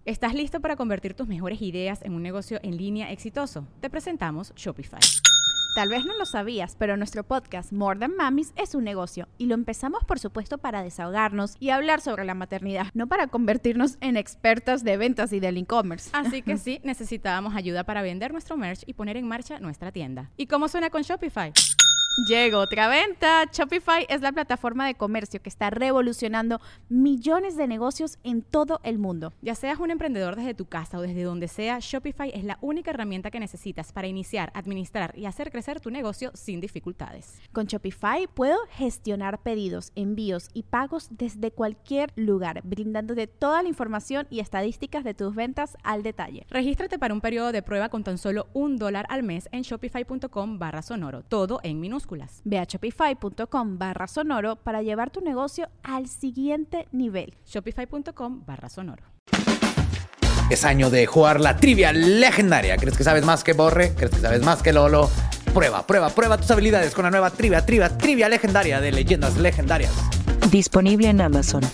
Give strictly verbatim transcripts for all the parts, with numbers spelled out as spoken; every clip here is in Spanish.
¿Estás listo para convertir tus mejores ideas en un negocio en línea exitoso? Te presentamos Shopify. Tal vez no lo sabías, pero nuestro podcast More Than Mamis es un negocio y lo empezamos por supuesto para desahogarnos y hablar sobre la maternidad, no para convertirnos en expertas de ventas y del e-commerce. Así que sí, necesitábamos ayuda para vender nuestro merch y poner en marcha nuestra tienda. ¿Y cómo suena con Shopify? Llegó otra venta. Shopify es la plataforma de comercio que está revolucionando millones de negocios en todo el mundo. Ya seas un emprendedor desde tu casa o desde donde sea, Shopify es la única herramienta que necesitas para iniciar, administrar y hacer crecer tu negocio sin dificultades. Con Shopify puedo gestionar pedidos, envíos y pagos desde cualquier lugar, brindándote toda la información y estadísticas de tus ventas al detalle. Regístrate para un periodo de prueba con tan solo un dólar al mes en shopify.com barra sonoro, todo en minúsculas. Ve a shopify.com barra sonoro para llevar tu negocio al siguiente nivel. Shopify.com barra sonoro. Es año de jugar la trivia legendaria. ¿Crees que sabes más que Borre? ¿Crees que sabes más que Lolo? Prueba, prueba, prueba tus habilidades con la nueva trivia, trivia, trivia legendaria de Leyendas Legendarias. Disponible en Amazon.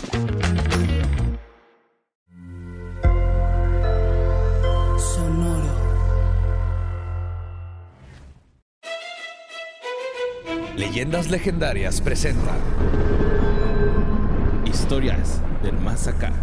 Leyendas Legendarias presenta Historias del Más Acá.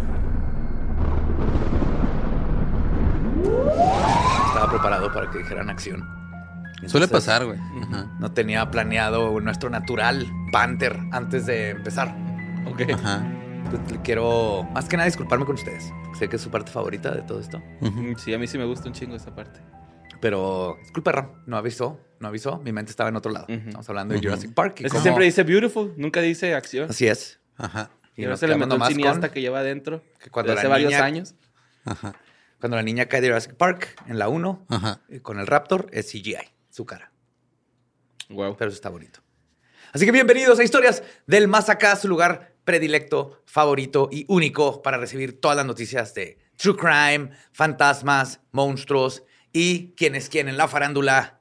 Estaba preparado para que dijeran acción. Entonces, Suele pasar, güey. Ajá. No tenía planeado nuestro natural banter antes de empezar. Ok. Ajá. Entonces, le quiero más que nada disculparme con ustedes. Sé que es su parte favorita de todo esto. Ujú. Sí, a mí sí me gusta un chingo esa parte. Pero, disculpa, Ram, no avisó, no avisó. Mi mente estaba en otro lado. Ujú. Estamos hablando de Ujú. Jurassic Park. y Es que cómo- siempre dice beautiful, nunca dice acción. Así es. Ajá. Y Y ahora nos se le quedamos metió el nomás cineasta con que lleva adentro que cuando desde la hace varios niña- años. Ajá. Cuando la niña cae de Jurassic Park en la uno, Ajá. eh, con el Raptor, es C G I, su cara. Wow. Pero eso está bonito. Así que bienvenidos a Historias del Más Acá, su lugar predilecto, favorito y único para recibir todas las noticias de true crime, fantasmas, monstruos y quién es quién en la farándula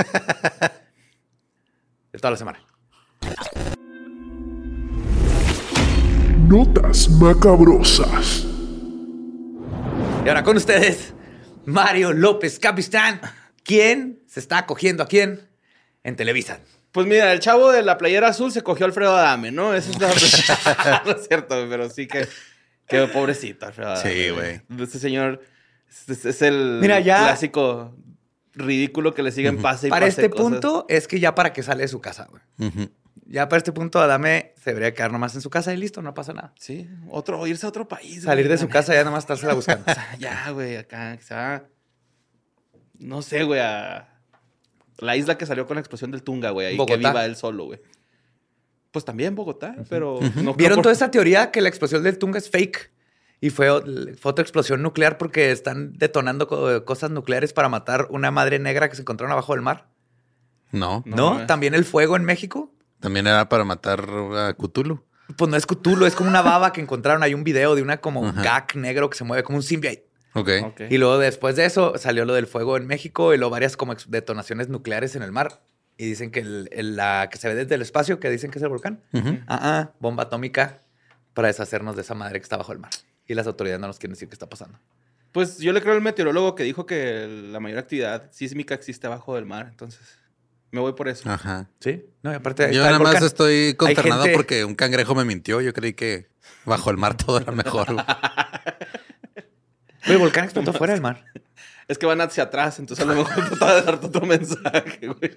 de toda la semana. Notas macabrosas. Y ahora con ustedes, Mario López Capistán. ¿Quién se está cogiendo a quién en Televisa? Pues mira, el chavo de la playera azul se cogió a Alfredo Adame, ¿no? Eso es la... No es cierto, pero sí que... Que pobrecito Alfredo Adame. Sí, güey. Este señor es, es el Mira, ya- clásico ridículo que le sigue en pase y Para pase este cosas. punto es que ya para que sale de su casa, güey. Ujú. Ya para este punto Adame se debería quedar nomás en su casa y listo, no pasa nada. Sí, otro, irse a otro país. Salir güey, de la su neta. casa ya nomás estársela buscando. O sea, ya, güey, acá, quizá... No sé, güey, a... La isla que salió con la explosión del Tunga, güey. Ahí Bogotá. que viva él solo, güey. Pues también Bogotá, pero... no creo ¿Vieron por- toda esa teoría que la explosión del Tunga es fake? Y fue, o- fue otra explosión nuclear porque están detonando co- cosas nucleares para matar una madre negra que se encontraron abajo del mar. No. No, ¿No? mames. ¿También el fuego en México? También era para matar a Cthulhu. Pues no es Cthulhu, es como una baba que encontraron. Hay un video de una como Ajá. gag negro que se mueve como un symbiote. Ok. Ok. Y luego después de eso salió lo del fuego en México y luego varias como ex- detonaciones nucleares en el mar. Y dicen que el- el- la que se ve desde el espacio, que dicen que es el volcán. Ujú. Ah, ah, bomba atómica para deshacernos de esa madre que está bajo el mar. Y las autoridades no nos quieren decir qué está pasando. Pues yo le creo al meteorólogo que dijo que la mayor actividad sísmica existe abajo del mar. Entonces, me voy por eso. Ajá. Sí, no, y aparte ahí Yo está el nada más volcán. estoy consternado gente- porque un cangrejo me mintió. Yo creí que bajo el mar todo era mejor. güey. Oye, el volcán explotó fuera del mar. Es que van hacia atrás, entonces a lo mejor trataba de darte otro mensaje, güey.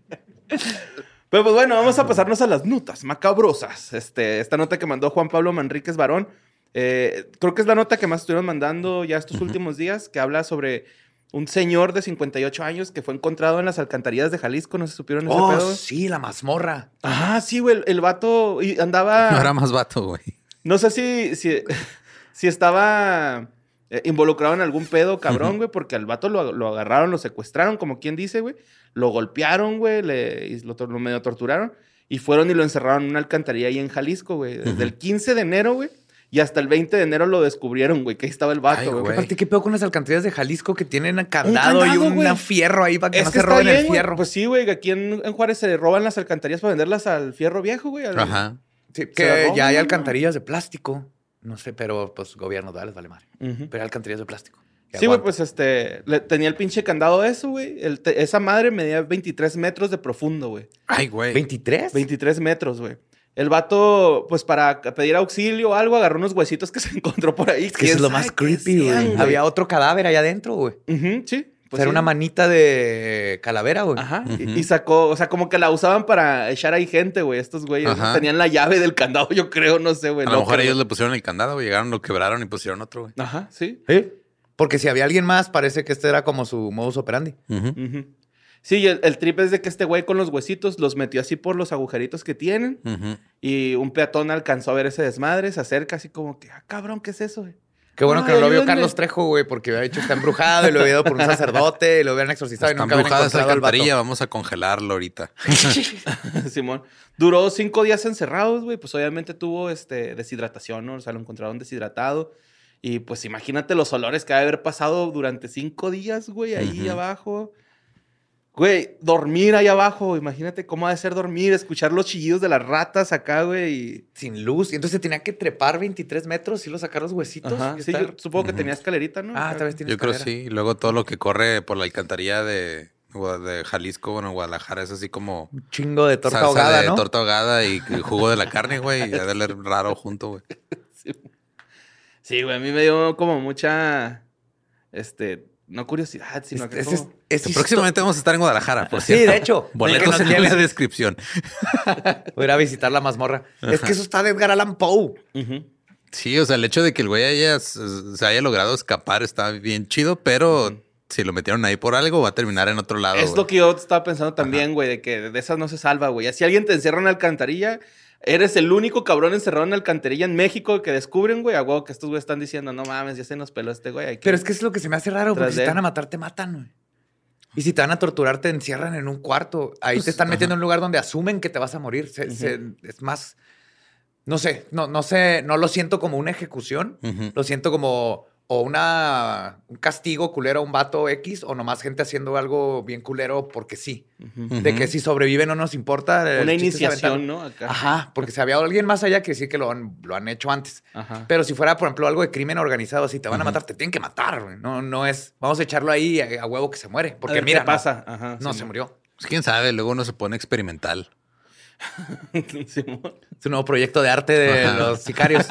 Pero pues bueno, vamos a pasarnos a las notas macabrosas. Este, esta nota que mandó Juan Pablo Manríquez Barón, eh, creo que es la nota que más estuvieron mandando ya estos últimos días, que habla sobre un señor de cincuenta y ocho años que fue encontrado en las alcantarillas de Jalisco. ¿No se supieron ese Oh, pedo? sí, la mazmorra. Ah, sí, güey. El, el vato y andaba... No era más vato, güey. No sé si, si, si estaba eh, involucrado en algún pedo cabrón, güey, porque al vato lo, lo agarraron, lo secuestraron, como quien dice, güey. Lo golpearon, güey, le, y lo, lo medio torturaron. Y fueron y lo encerraron en una alcantarilla ahí en Jalisco, güey. Desde Ujú. el quince de enero, güey, y hasta el veinte de enero lo descubrieron, güey, que ahí estaba el Ay, vato, güey. güey. Aparte, ¿qué pedo con las alcantarillas de Jalisco que tienen candado, y candado, un güey. fierro ahí para que Es no que se está roben bien, el güey. fierro? Pues sí, güey, que aquí en, en Juárez se roban las alcantarillas para venderlas al fierro viejo, güey. al- Ajá. Sí, se la que roban, ya hay ¿no? alcantarillas de plástico. No sé, pero pues gobierno, ¿verdad? Les vale madre. Uh-huh. Pero alcantarillas de plástico. Sí, güey, pues este... Le, tenía el pinche candado de eso, güey. El, te, esa madre medía veintitrés metros de profundo, güey. Ay, güey. ¿veintitrés? veintitrés metros, güey. El vato, pues para pedir auxilio o algo, agarró unos huesitos que se encontró por ahí. Es que eso es lo más creepy, güey. Había otro cadáver allá adentro, güey. Uh-huh, sí. Pues o sea, era sí. una manita de calavera, güey. Ajá. Uh-huh. y, y sacó, o sea, como que la usaban para echar ahí gente, güey. Estos güeyes ¿no? Tenían la llave del candado, yo creo, no sé, güey. A no, lo mejor creo. ellos le pusieron el candado, güey. Llegaron, lo quebraron y pusieron otro, güey. Ajá, sí. Sí. Porque si había alguien más, parece que este era como su modus operandi. Uh-huh. Uh-huh. Sí, el, el trip es de que este güey con los huesitos los metió así por los agujeritos que tienen. Uh-huh. Y un peatón alcanzó a ver ese desmadre, se acerca así como que, ah, cabrón, ¿qué es eso, güey? Qué bueno Ay, que no lo vio ayúdenme. Carlos Trejo, güey, porque había dicho está embrujado y lo había ido por un sacerdote y lo habían exorcizado Está y nunca habían embrujada esa encontrado al vato. alcantarilla, vamos a congelarlo ahorita. Simón. Duró cinco días encerrados, güey. Pues obviamente tuvo este, deshidratación, ¿no? O sea, lo encontraron deshidratado. Y pues imagínate los olores que ha de haber pasado durante cinco días, güey, ahí Ujú. abajo. Güey, dormir ahí abajo. Imagínate cómo ha de ser dormir, escuchar los chillidos de las ratas acá, güey. Y... Sin luz. Y entonces se tenía que trepar veintitrés metros y lo sacar los huesitos. Ajá. y Sí, estar- yo supongo que Ujú. tenía escalerita, ¿no? Ah, tal vez tiene Yo creo escalera. sí. Y luego todo lo que corre por la alcantarilla de, de Jalisco, bueno, Guadalajara, es así como Un chingo de torta salsa ahogada, de ¿no? torta ahogada y y jugo de la carne, güey. Y ha de oler raro junto, güey. Sí, güey, a mí me dio como mucha, este, no curiosidad, sino Es- que es- como... es- es Próximamente vamos a estar en Guadalajara, por Sí, cierto. de hecho. Boletos Que nos en la lleves. descripción. Voy a ir a visitar la mazmorra. Es que eso está de Edgar Allan Poe. Ujú. Sí, o sea, el hecho de que el güey haya, se haya logrado escapar está bien chido, pero si lo metieron ahí por algo, va a terminar en otro lado. Es güey. lo que yo estaba pensando también, güey, de que de esas no se salva, güey. Si alguien te encierra en la alcantarilla, eres el único cabrón encerrado en la alcantarilla en México que descubren, güey, a huevo que estos güeyes están diciendo, no mames, ya se nos peló este güey. hay que-". Pero es que es lo que se me hace raro, porque Tras si de te él. van a matar, te matan, güey. Y si te van a torturar, te encierran en un cuarto. Ahí Pues, te están ajá. metiendo en un lugar donde asumen que te vas a morir. Se- Ujú. se- es más... No sé, no, no sé, no lo siento como una ejecución. Ujú. Lo siento como o una, un castigo culero a un vato X o nomás gente haciendo algo bien culero porque sí. Ujú. De Ujú. que si sobrevive no nos importa. el Una chiste es iniciación, aventarlo. ¿no? Acá. Ajá, porque si había alguien más allá que sí que lo han, lo han hecho antes. Ajá. Pero si fuera, por ejemplo, algo de crimen organizado, si te van a Ujú. matar, te tienen que matar, güey. No, no es, vamos a echarlo ahí a, a huevo que se muere. A Porque ver, mira, ¿qué pasa? Ajá. No, no sí, se murió. Pues quién sabe, luego uno se pone experimental. Simón. Es un nuevo proyecto de arte de Ajá. los sicarios.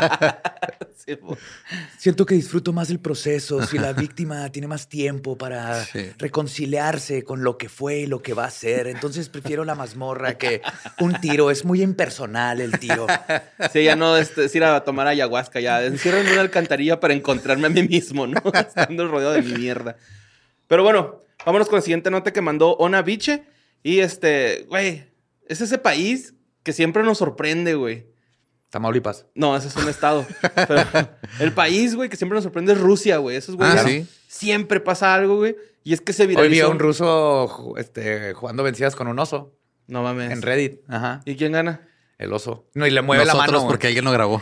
Simón. Siento que disfruto más el proceso si la víctima tiene más tiempo para Sí. reconciliarse con lo que fue y lo que va a ser. Entonces prefiero la mazmorra que un tiro. Es muy impersonal el tiro. Sí, ya no este, es ir a tomar ayahuasca, ya encierro en una alcantarilla para encontrarme a mí mismo, ¿no? Estando rodeado de mi mierda. Pero bueno, vámonos con la siguiente nota que mandó Ona Biche. Y este, güey, es ese país que siempre nos sorprende, güey. Tamaulipas. No, ese es un estado. Pero el país, güey, que siempre nos sorprende es Rusia, güey. Esos güeyes Ah, sí. siempre pasa algo, güey. Y es que se Hoy vi viralizó. a un ruso ju- este, jugando vencidas con un oso No mames. en Reddit. Ajá. ¿Y quién gana? El oso. No, y le mueve Nosotros, la mano. güey. porque alguien lo grabó.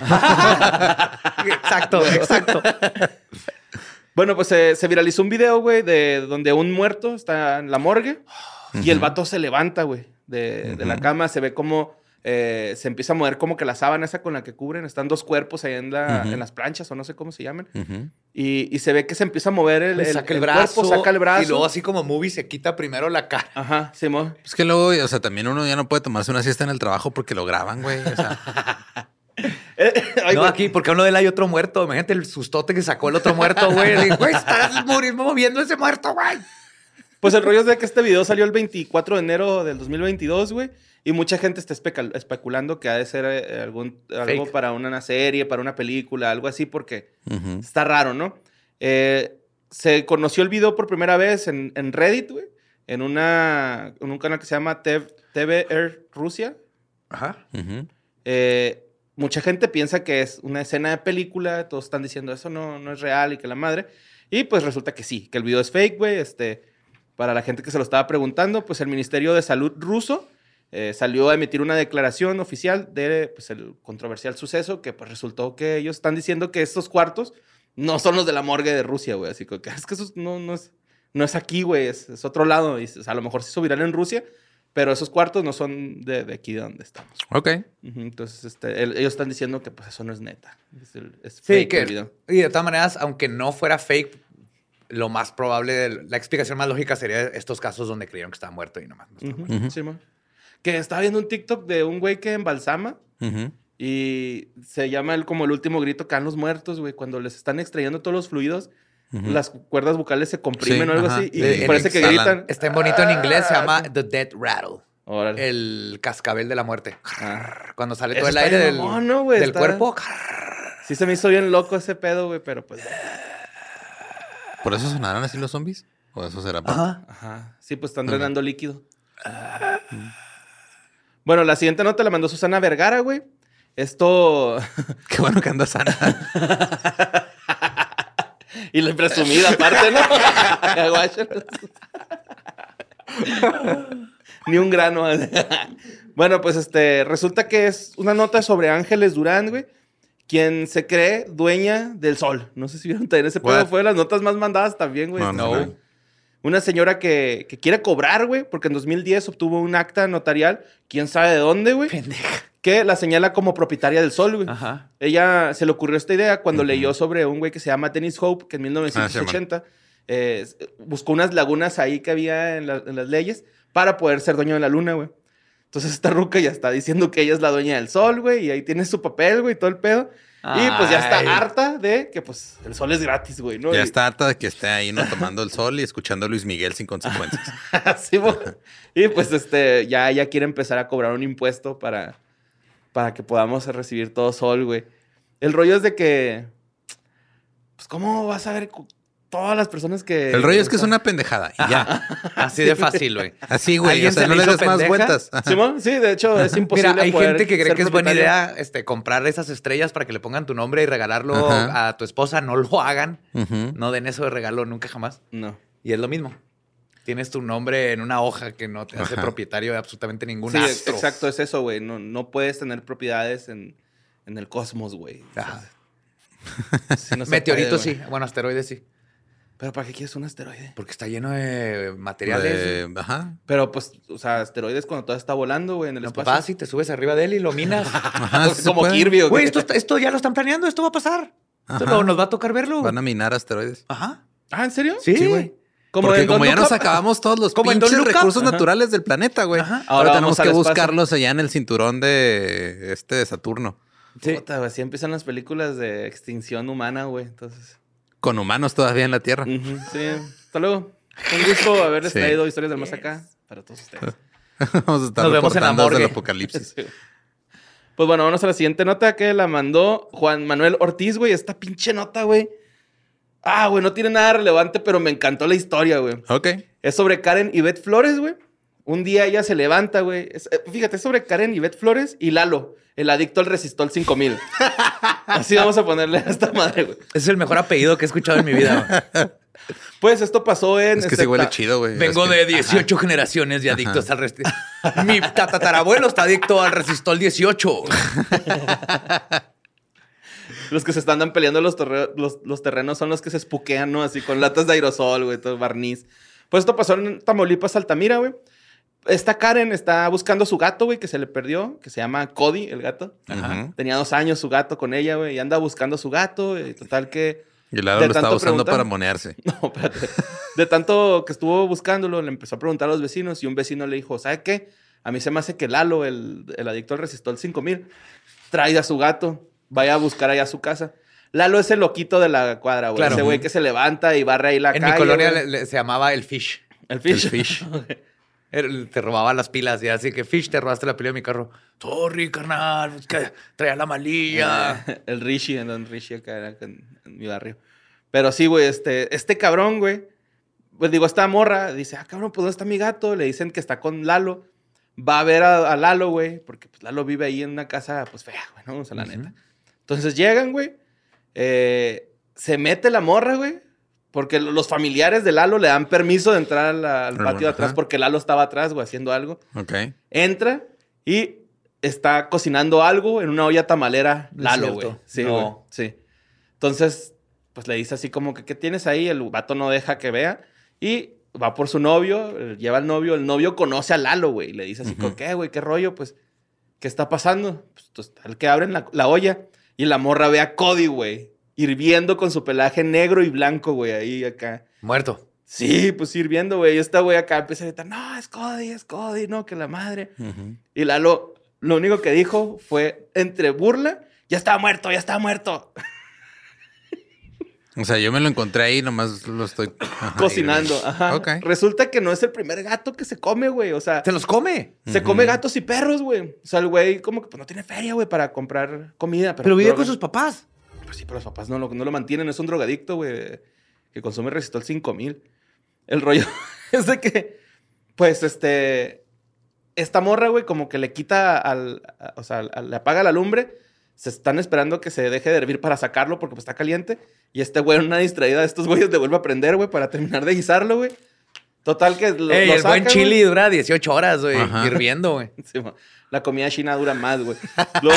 Exacto, exacto. Bueno, pues eh, se viralizó un video, güey, de donde un muerto está en la morgue y el vato se levanta, güey, de, de la Ujú. cama. Se ve como eh, se empieza a mover como que la sábana esa con la que cubren. Están dos cuerpos ahí en, la, Ujú. en las planchas o no sé cómo se llaman. Ujú. Y, y se ve que se empieza a mover el, el, saca el, el brazo. cuerpo, saca el brazo. Y luego así como movie se quita primero la cara. Ajá, se mueve. Es que luego, o sea, también uno ya no puede tomarse una siesta en el trabajo porque lo graban, güey. O sea, Ay, no, güey. aquí, porque a uno de él hay otro muerto. Imagínate el sustote que sacó el otro muerto, güey. Digo, güey, estás muriendo, moviendo ese muerto, güey. Pues el rollo es de que este video salió el veinticuatro de enero del dos mil veintidós, güey. Y mucha gente está especa- especulando que ha de ser eh, algún, algo Fake. para una serie, para una película, algo así, porque ujú. está raro, ¿no? Eh, se conoció el video por primera vez en, en Reddit, güey. En, una, en un canal que se llama T V Air Rusia. Ajá. Ujú. Eh, mucha gente piensa que es una escena de película. Todos están diciendo eso no, no es real y que la madre. Y pues resulta que sí, que el video es fake, güey. Este, para la gente que se lo estaba preguntando, pues el Ministerio de Salud ruso eh, salió a emitir una declaración oficial de pues, el controversial suceso, que pues resultó que ellos están diciendo que estos cuartos no son los de la morgue de Rusia, güey. Así que es que eso no, no, es, no es aquí, güey, es, es otro lado. Y, o sea, a lo mejor se hizo viral en Rusia, Pero esos cuartos no son de, de aquí de donde estamos. Ok. Uh-huh. Entonces, este, el, ellos están diciendo que pues eso no es neta. Es, el, es Sí, fake que, el video. y de todas maneras, aunque no fuera fake, lo más probable, la explicación más lógica sería estos casos donde creyeron que estaba muerto y nomás no estaba Uh-huh. muerto. Ujú. Sí, man. Que estaba viendo un TikTok de un güey que embalsama Ujú. y se llama el, como el último grito que dan los muertos, güey. Cuando les están extrayendo todos los fluidos, Ujú. las cuerdas vocales se comprimen Sí, o algo ajá. así. Y Le- parece que exhalan. gritan. Está en bonito en inglés, se llama The Death Rattle. Órale. El cascabel de la muerte. Ah. Cuando sale Eso todo el está aire bien del, mamón, ¿no, güey? del Está- cuerpo. Sí se me hizo bien loco ese pedo, güey, pero pues... ¿Por eso sonarán así los zombies? ¿O eso será? para- Ajá. Ajá. Sí, pues están Ajá. drenando líquido. Bueno, la siguiente nota la mandó Susana Vergara, güey. Esto... Qué bueno que anda sana. y la presumida aparte, ¿no? Guáchalo. Ni un grano. Bueno, pues este... Resulta que es una nota sobre Ángeles Durán, güey. Quien se cree dueña del sol. No sé si vieron también ese pedo. What? Fue de las notas más mandadas también, güey. No, no, No. no. Una señora que, que quiere cobrar, güey, porque en dos mil diez obtuvo un acta notarial, quién sabe de dónde, güey, Pendeja. que la señala como propietaria del sol, güey. Ajá. Ella se le ocurrió esta idea cuando Ujú. leyó sobre un güey que se llama Dennis Hope, que en mil novecientos ochenta eh, buscó unas lagunas ahí que había en, la- en las leyes para poder ser dueño de la luna, güey. Entonces esta ruca ya está diciendo que ella es la dueña del sol, güey, y ahí tiene su papel, güey, y todo el pedo. Y pues ya está Ay. harta de que pues el sol es gratis, güey, ¿no? Ya Y- está harta de que esté ahí, ¿no? Tomando el sol y escuchando a Luis Miguel sin consecuencias. Sí, bo- y pues este, ya ella quiere empezar a cobrar un impuesto para, para que podamos recibir todo sol, güey. El rollo es de que, pues, ¿cómo vas a ver cu- todas las personas que... El rollo es que es una pendejada. Y ya. Así de fácil, güey. Así, güey. ¿Alguien O sea, se no le le hizo des más pendeja? vueltas. Ajá. ¿Simón? Sí, de hecho, es imposible Mira, hay poder gente que cree ser que es buena propietario. idea este, comprar esas estrellas para que le pongan tu nombre y regalarlo Ajá. a tu esposa. No lo hagan. Ujú. No den eso de regalo nunca jamás. No. Y es lo mismo. Tienes tu nombre en una hoja que no te hace Ajá. propietario de absolutamente ningún Sí, astro. exacto, es eso, güey. No, no puedes tener propiedades en, en el cosmos, güey. O sea, Ajá. sí no se Meteoritos puede, sí. güey. Bueno, asteroides sí. Pero ¿para qué quieres un asteroide? Porque está lleno de materiales. De- Ajá. Pero pues, o sea, asteroides cuando todo está volando, güey, en el No, pues espacio. vas y te subes arriba de él y lo minas. Ajá, sí se Como puede. Kirby, ¿o qué? Güey, esto, está- esto ya lo están planeando. Esto va a pasar. Esto Ajá. no- nos va a tocar verlo. Van a minar asteroides. Ajá. Ah, ¿en serio? Sí, Sí, güey. güey. Como Porque en como Don't ya Look nos Up. acabamos todos los Como en pinches Don't Look Up. recursos Ajá. naturales del planeta, güey. Ajá. Ahora, Ahora tenemos vamos al que espacio. buscarlos allá en el cinturón de este de Saturno. Sí. Puta, güey, así empiezan las películas de extinción humana, güey. Entonces. Con humanos todavía en la Tierra. Ujú, sí. Hasta luego. Un gusto haberles Sí. traído historias del más acá para todos ustedes. Vamos a estar Nos vemos en la reportando desde el morgue. apocalipsis. Sí. Pues bueno, vamos a la siguiente nota que la mandó Juan Manuel Ortiz, güey. Esta pinche nota, güey. Ah, güey, no tiene nada relevante, pero me encantó la historia, güey. Ok. Es sobre Karen Ivette Flores, güey. Un día ella se levanta, güey. Es- eh, fíjate, es sobre Karen Ivette Flores y Lalo, el adicto al Resistol cinco mil. Así vamos a ponerle a esta madre, güey. Es el mejor apellido que he escuchado en mi vida. güey. Pues esto pasó en... Es que este, sí huele ta- chido, güey. Vengo Es que- de dieciocho generaciones de adictos al resistol. Mi tatarabuelo está adicto al resistol dieciocho. Los que se están peleando los, torre- los, los terrenos son los que se espuquean, ¿no? Así con latas de aerosol, güey, todo barniz. Pues esto pasó en Tamaulipas, Altamira, güey. Esta Karen está buscando a su gato, güey, que se le perdió, que se llama Cody, el gato. Ajá. Tenía dos años su gato con ella, güey, y anda buscando a su gato. Y total que... Y el lado de lo estaba tanto usando preguntar- para monearse. No, espérate. De tanto que estuvo buscándolo, le empezó a preguntar a los vecinos y un vecino le dijo, ¿sabe qué? A mí se me hace que Lalo, el, el adicto al Resistol cinco mil, trae a su gato. Vaya a buscar allá a su casa. Lalo es el loquito de la cuadra, güey. Claro. Ese güey que se levanta y barre ahí la En calle. mi colonia güey. le- le- se llamaba el Fish. El fish. El fish. Él te robaba las pilas y así que Fish, te robaste la pila de mi carro. Sorry, carnal, es que traía la malilla. el Rishi, el Don Rishi acá era en, en mi barrio. Pero sí, güey, este, este cabrón, güey. Pues digo, esta morra dice, ah, cabrón, pues ¿dónde está mi gato? Le dicen que está con Lalo. Va a ver a, a Lalo, güey, porque pues Lalo vive ahí en una casa, pues fea, güey, ¿no? O sea, la neta. Entonces llegan, güey. eh, se mete la morra, güey. Porque los familiares de Lalo le dan permiso de entrar a la- al Ah, patio de atrás ajá. porque Lalo estaba atrás, güey, haciendo algo. Ok. Entra y está cocinando algo en una olla tamalera No es Lalo, cierto. güey. Sí, No. güey. Sí. Entonces, pues le dice así como que, ¿qué tienes ahí? El vato no deja que vea. Y va por su novio, lleva al novio, el novio conoce a Lalo, güey, y le dice así, uh-huh. ¿qué, güey? ¿Qué rollo? Pues, ¿qué está pasando? Pues, total, que abren la, la olla y la morra ve a Cody, güey, hirviendo con su pelaje negro y blanco, güey, ahí acá. Muerto. Sí, pues hirviendo, güey. Y esta güey acá empieza a gritar, no, es Cody, es Cody, no, que la madre. Uh-huh. Y Lalo, lo único que dijo fue, entre burla, ya estaba muerto, ya estaba muerto. O sea, yo me lo encontré ahí, nomás lo estoy... Ajá, cocinando, y... ajá. Okay. Resulta que no es el primer gato que se come, güey. O sea... ¿Se los come? Se uh-huh. come gatos y perros, güey. O sea, el güey como que pues, no tiene feria, güey, para comprar comida. Pero, pero vive droga. con sus papás. Pues sí, pero los papás no lo, no lo mantienen. Es un drogadicto, güey, que consume Resistol cinco mil. El rollo es de que, pues, este... Esta morra, güey, como que le quita al... A, o sea, al, le apaga la lumbre. Se están esperando que se deje de hervir para sacarlo porque pues, está caliente. Y este güey, en una distraída de estos güeyes, le vuelve a prender, güey, para terminar de guisarlo, güey. Total que lo, Ey, lo el saca, buen chili güey. dura dieciocho horas, güey, hirviendo, güey. Sí, la comida china dura más, güey. Luego...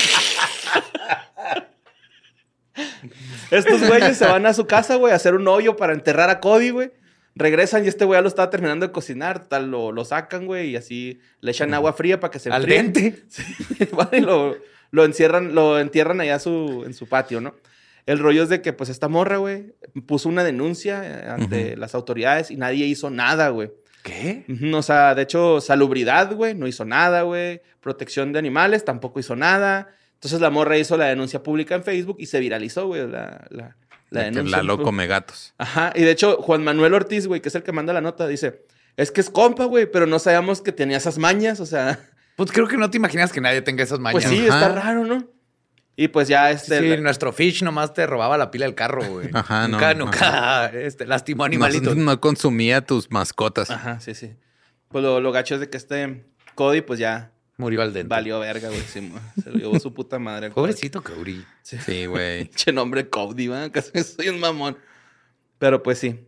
Estos güeyes se van a su casa, güey, a hacer un hoyo para enterrar a Cody, güey. Regresan y este güey ya lo estaba terminando de cocinar. Tal, lo, lo sacan, güey, y así le echan agua fría para que se enfríe. ¿Al dente? Sí, y lo, lo encierran, lo entierran allá su, en su patio, ¿no? El rollo es de que, pues, esta morra, güey, puso una denuncia ante uh-huh. las autoridades y nadie hizo nada, güey. ¿Qué? Uh-huh. O sea, de hecho, salubridad, güey, no hizo nada, güey. Protección de animales tampoco hizo nada. Entonces la morra hizo la denuncia pública en Facebook y se viralizó, güey, la, la, la de denuncia. Que Lalo come gatos. Ajá. Y de hecho, Juan Manuel Ortiz, güey, que es el que manda la nota, dice, es que es compa, güey, pero no sabíamos que tenía esas mañas, o sea... Pues creo que no te imaginas que nadie tenga esas mañas. Pues sí, Ajá. está raro, ¿no? Y pues ya este... Sí, la... nuestro Fish nomás te robaba la pila del carro, güey. Ajá, nunca, no. Nunca ajá. Este, lastimó animalitos. No, no consumía tus mascotas. Ajá, sí, sí. Pues lo, lo gacho es de que este Cody, pues ya... Murió al dente. Valió verga, güey. Sí, se lo llevó su puta madre. Pobrecito Cody. Sí, güey. Che nombre Cody, ¿verdad? Casi soy un mamón. Pero pues sí.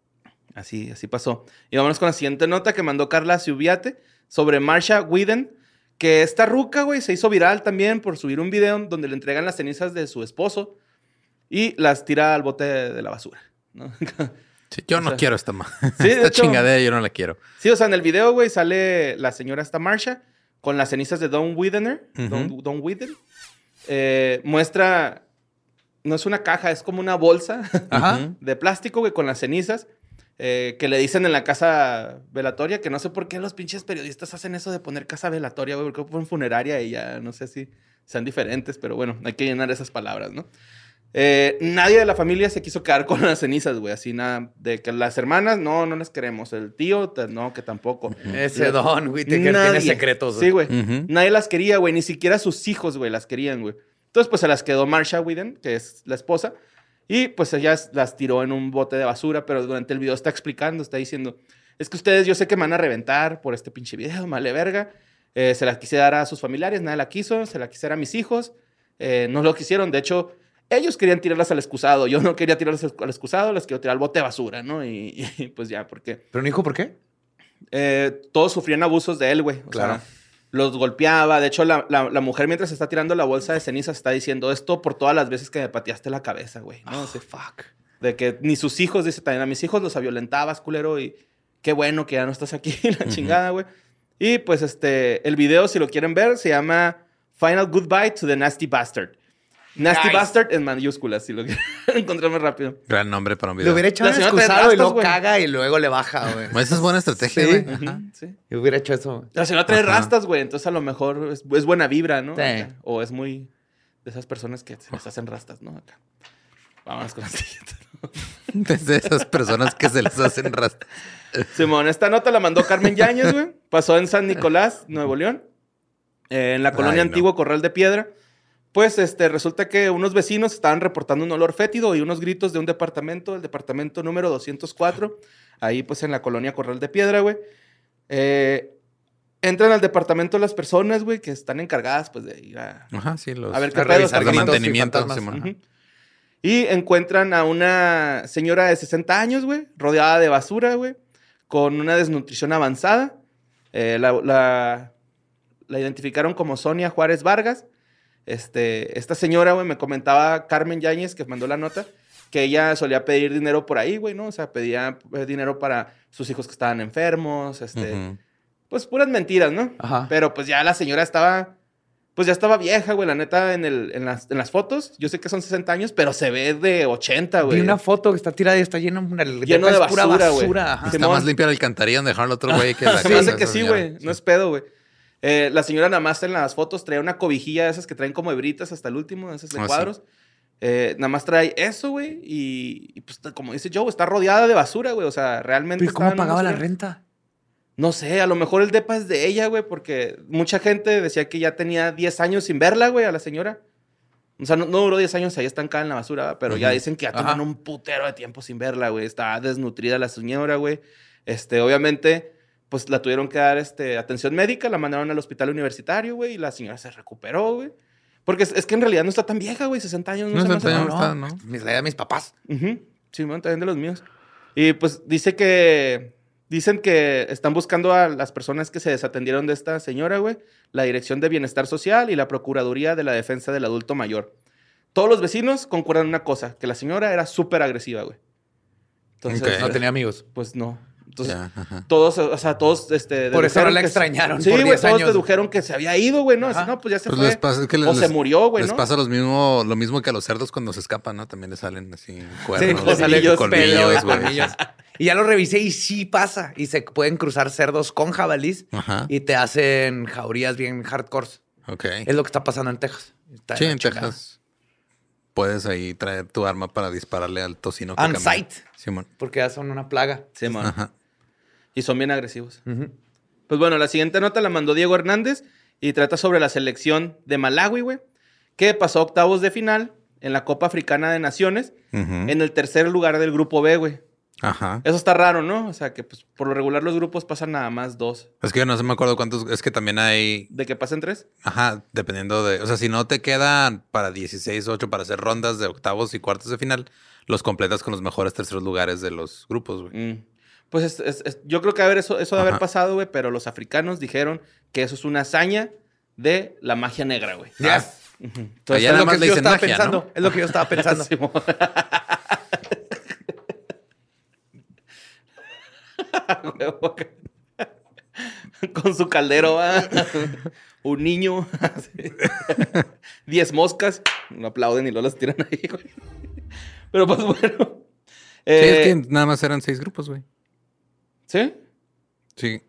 Así, así pasó. Y vámonos con la siguiente nota que mandó Carla Ciubiate sobre Marsha Whedon. Que esta ruca, güey, se hizo viral también por subir un video donde le entregan las cenizas de su esposo y las tira al bote de, de la basura, ¿no? Sí, yo o no sea, quiero esta, ma- sí, esta hecho, chingadera, yo no la quiero. Sí, o sea, en el video, güey, sale la señora esta Marsha con las cenizas de Don Whedoner. Uh-huh. Don, Don Whedon. Eh, muestra... No es una caja, es como una bolsa Ajá. de plástico, güey, con las cenizas. Eh, que le dicen en la casa velatoria, que no sé por qué los pinches periodistas hacen eso de poner casa velatoria, güey, porque ponen funeraria y ya no sé si sean diferentes, pero bueno, hay que llenar esas palabras, ¿no? Eh, nadie de la familia se quiso quedar con las cenizas, güey, así nada, de que las hermanas, no, no las queremos, el tío, no, que tampoco. Ese La, Don, güey, que tiene secretos. Sí, güey, uh-huh. nadie las quería, güey, ni siquiera sus hijos, güey, las querían, güey. Entonces, pues se las quedó Marsha Whedon, que es la esposa. Y pues ella las tiró en un bote de basura, pero durante el video está explicando, está diciendo, es que ustedes yo sé que me van a reventar por este pinche video, vale verga. Eh, se la quise dar a sus familiares, nadie la quiso, se la quise dar a mis hijos, eh, no lo quisieron. De hecho, ellos querían tirarlas al excusado, yo no quería tirarlas al excusado, las quiero tirar al bote de basura, ¿no? Y, y pues ya, porque... ¿Pero no dijo por qué? Eh, todos sufrían abusos de él, güey. O claro. sea, los golpeaba. De hecho, la, la, la mujer mientras está tirando la bolsa de cenizas está diciendo esto por todas las veces que me pateaste la cabeza, güey. No oh, sé. Fuck. De que ni sus hijos, dice también, a mis hijos los violentabas, culero, y qué bueno que ya no estás aquí, la uh-huh. chingada, güey. Y pues este, el video, si lo quieren ver, se llama Final Goodbye to the Nasty Bastard. Nasty nice. Bastard en mayúsculas, si lo quieren encontrar más rápido. Gran nombre para un video. Le hubiera echado un excusado y luego caga y luego le baja, güey. Esa es buena estrategia, güey. Sí. Uh-huh. Sí. Yo hubiera hecho eso. La señora trae rastas, güey. Entonces a lo mejor es, es buena vibra, ¿no? Sí. Acá. O es muy de esas personas que se les hacen rastas, ¿no? Acá. Vámonos con la siguiente. De esas personas que se les hacen rastas. Simón, esta nota la mandó Carmen Yáñez, güey. Pasó en San Nicolás, Nuevo León. Eh, en la colonia Ay, Antiguo no. Corral de Piedra. Pues este, resulta que unos vecinos estaban reportando un olor fétido y unos gritos de un departamento, el departamento número doscientos cuatro, ahí pues en la colonia Corral de Piedra, güey. Eh, entran al departamento las personas, güey, que están encargadas pues de ir a, Ajá, sí, los, a ver qué a pedo, revisar de mantenimiento. Uh-huh. Y encuentran a una señora de sesenta años, güey, rodeada de basura, güey, con una desnutrición avanzada. Eh, la, la, la identificaron como Sonia Juárez Vargas. Este, esta señora, güey, me comentaba Carmen Yáñez, que mandó la nota, que ella solía pedir dinero por ahí, güey, ¿no? O sea, pedía eh, dinero para sus hijos que estaban enfermos, este... Ujú. Pues puras mentiras, ¿no? Ajá. Pero pues ya la señora estaba... Pues ya estaba vieja, güey, la neta, en, el, en, las, en las fotos. Yo sé que son sesenta años, pero se ve de ochenta, güey. Vi una foto que está tirada y está lleno, el Lleno de depa es pura basura, güey. basura. Ajá. Está Simón. más limpia la alcantarilla donde dejaron al otro güey que la Se me hace casa que esa sí, señora. güey. No es pedo, güey. Eh, la señora nada más en las fotos trae una cobijilla de esas que traen como hebritas hasta el último, de esas de Ah, cuadros. Eh, nada más trae eso, güey. Y, y, pues, como dice Joe, está rodeada de basura, güey. O sea, realmente. ¿Pero cómo estaba en un pagaba la basurero. renta? No sé, a lo mejor el depa es de ella, güey, porque mucha gente decía que ya tenía diez años sin verla, güey, a la señora. O sea, no, no duró diez años ahí estancada en la basura, pero ya Ujú. dicen que ya Ajá. tenían un putero de tiempo sin verla, güey. Estaba desnutrida la señora, güey. Este, obviamente, pues la tuvieron que dar este, atención médica, la mandaron al hospital universitario, güey, y la señora se recuperó, güey. Porque es, es que en realidad no está tan vieja, güey, sesenta años. No, No, se me hace sesenta tan- años. No, está, ¿no? Mis, la edad de mis papás. Ujú. Sí, bueno, también de los míos. Y pues dice que... Dicen que están buscando a las personas que se desatendieron de esta señora, güey. La Dirección de Bienestar Social y la Procuraduría de la Defensa del Adulto Mayor. Todos los vecinos concuerdan en una cosa. Que la señora era súper agresiva, güey. Entonces, Ok. No tenía amigos. pues no. Entonces, Ya, ajá. todos, o sea, todos, este... Por eso dedujeron no la que- extrañaron Sí, por güey, diez todos años. dedujeron que se había ido, güey, ¿no? Así, Ajá. no, pues ya se Pues fue. les pasa, es que les, o se les- murió, güey, Les ¿no? pasa los mismo, lo mismo que a los cerdos cuando se escapan, ¿no? También les salen así Sí, cuernos, le salen colmillos, colmillos, pelos, güey. colmillos. Y ya lo revisé y sí pasa. Y se pueden cruzar cerdos con jabalís Ajá. y te hacen jaurías bien hardcore. Ok. Es lo que está pasando en Texas. Está de Sí, la en chingada. Texas. Puedes ahí traer tu arma para dispararle al tocino que On camina. site. Simón. Porque ya son una plaga. Sí, man. Ajá. Y son bien agresivos. Ujú. Pues bueno, la siguiente nota la mandó Diego Hernández y trata sobre la selección de Malawi, güey, que pasó a octavos de final en la Copa Africana de Naciones Ujú. en el tercer lugar del grupo B, güey. Ajá. Eso está raro, ¿no? O sea, que pues por lo regular los grupos pasan nada más dos. Es que yo no sé, me acuerdo cuántos. Es que también hay. ¿De que pasen tres? Ajá, dependiendo de. O sea, si no te quedan para dieciséis, ocho para hacer rondas de octavos y cuartos de final, los completas con los mejores terceros lugares de los grupos, güey. Mm. Pues es- es- es- yo creo que a ver, eso, eso de haber Ajá. pasado, güey, pero los africanos dijeron que eso es una hazaña de la magia negra, güey. Ya. Ah. Entonces, Allá es nada lo más que le yo dicen estaba magia, pensando. ¿no? Es lo que yo estaba pensando. Simón. Huevo. Con su caldero, ¿va? Un niño. Así. Diez moscas. No aplauden y no las tiran ahí, güey. Pero pues bueno. Sí, Eh, es que nada más eran seis grupos, güey. ¿Sí? Sí.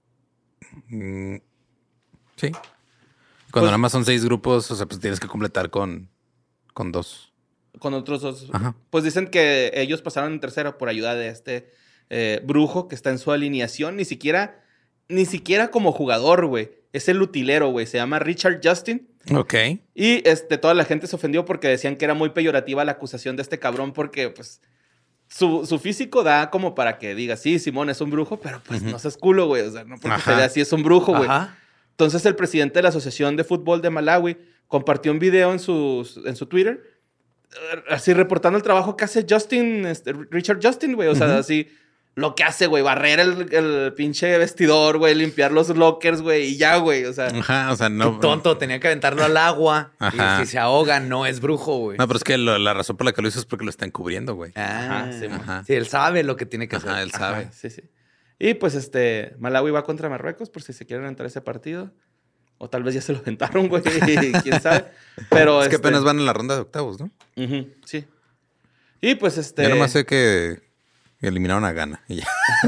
Mm, sí. Cuando Pues- nada más son seis grupos, o sea, pues tienes que completar con, con dos. Con otros dos. Ajá. Pues dicen que ellos pasaron en tercero por ayuda de este eh, brujo que está en su alineación. Ni siquiera, ni siquiera como jugador, güey. Es el utilero, güey. Se llama Richard Justin. Ok. Y este, toda la gente se ofendió porque decían que era muy peyorativa la acusación de este cabrón porque, pues, su, su físico da como para que diga, sí, Simón es un brujo, pero pues Ujú. no seas culo, güey. O sea, no porque Ajá. se vea así es un brujo, güey. Ajá. Entonces el presidente de la Asociación de Fútbol de Malawi compartió un video en su, en su Twitter, eh, así reportando el trabajo que hace Justin, este, Richard Justin, güey. O sea, Ujú. así lo que hace, güey, barrer el, el pinche vestidor, güey, limpiar los lockers, güey, y ya, güey. O sea, Ajá, o sea, Qué no. tonto, tenía que aventarlo al agua. Ajá. Y si se ahoga, no es brujo, güey. No, pero es que lo- la razón por la que lo hizo es porque lo está encubriendo, güey. Ah, Ajá, sí, Ajá. sí, él sabe lo que tiene que hacer. Ajá, él sabe. sí, sí. Y pues este, Malawi va contra Marruecos por si se quieren entrar a ese partido. O tal vez ya se lo aventaron, güey, quién sabe. Pero Es que este, apenas van en la ronda de octavos, ¿no? ujú, sí. Y pues este... Yo nomás sé que eliminaron a Ghana y ya.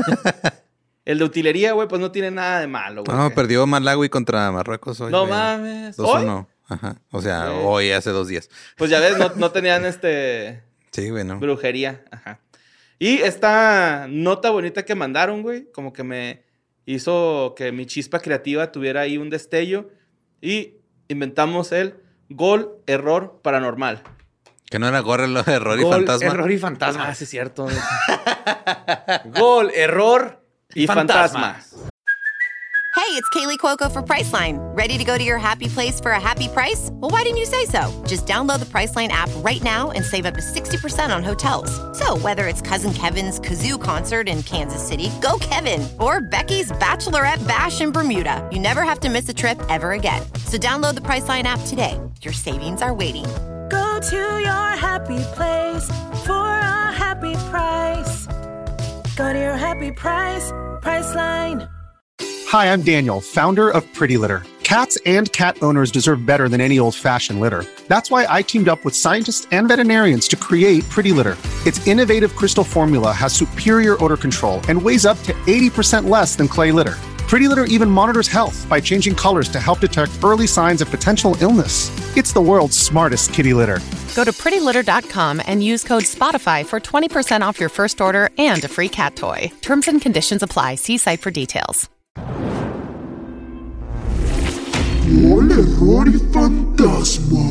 El de utilería, güey, pues no tiene nada de malo, güey. No, perdió Malawi contra Marruecos hoy. No güey. mames. dos ¿Hoy? uno. Ajá. O sea, Sí. hoy hace dos días. Pues ya ves, no, no tenían este Sí, güey, no. brujería. Ajá. Y esta nota bonita que mandaron, güey, como que me hizo que mi chispa creativa tuviera ahí un destello. Y inventamos el gol, error, paranormal. Que no era gorre, lo de error y Gol, fantasma. error y fantasma. Ah, sí, es cierto. Gol, error Y fantasma. Hey, it's Kaylee Cuoco for Priceline. Ready to go to your happy place for a happy price? Well, why didn't you say so? Just download the Priceline app right now and save up to sixty percent on hotels. So, whether it's Cousin Kevin's Kazoo concert in Kansas City, go Kevin, or Becky's Bachelorette Bash in Bermuda, you never have to miss a trip ever again. So, download the Priceline app today. Your savings are waiting. Go Go to your happy place for a happy price. Go to your happy price, Priceline. Hi, I'm Daniel, founder of Pretty Litter. Cats and cat owners deserve better than any old-fashioned litter. That's why I teamed up with scientists and veterinarians to create Pretty Litter. Its innovative crystal formula has superior odor control and weighs up to eighty percent less than clay litter. Pretty Litter even monitors health by changing colors to help detect early signs of potential illness. It's the world's smartest kitty litter. Go to pretty litter dot com and use code SPOTIFY for twenty percent off your first order and a free cat toy. Terms and conditions apply. See site for details. ¡Hola, error y fantasma!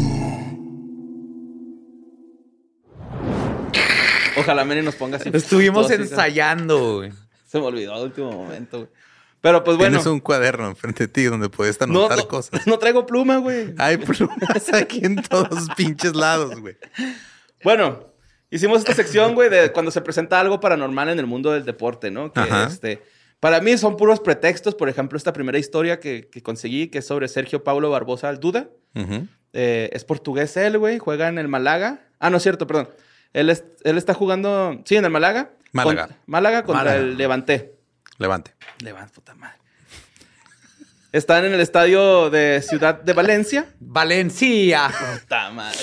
Ojalá Mary nos ponga así. Estuvimos ensayando, güey. Se me olvidó al último momento, güey. Pero pues bueno. Tienes un cuaderno enfrente de ti donde puedes anotar no, no, cosas. No traigo pluma, güey. Hay plumas aquí en todos pinches lados, güey. Bueno, hicimos esta sección, güey, de cuando se presenta algo paranormal en el mundo del deporte, ¿no? Que Ajá. este, para mí son puros pretextos. Por ejemplo, esta primera historia que, que conseguí, que es sobre Sergio Paulo Barbosa Alduda. Uh-huh. Eh, es portugués él, güey. Juega en el Málaga. Ah, no es cierto, perdón. Él, es, él está jugando, sí, en el Málaga. Málaga. Con, Málaga contra Málaga. el Levante. Levante. Levante, puta madre. Están en el estadio de Ciudad de Valencia. Valencia. Puta madre.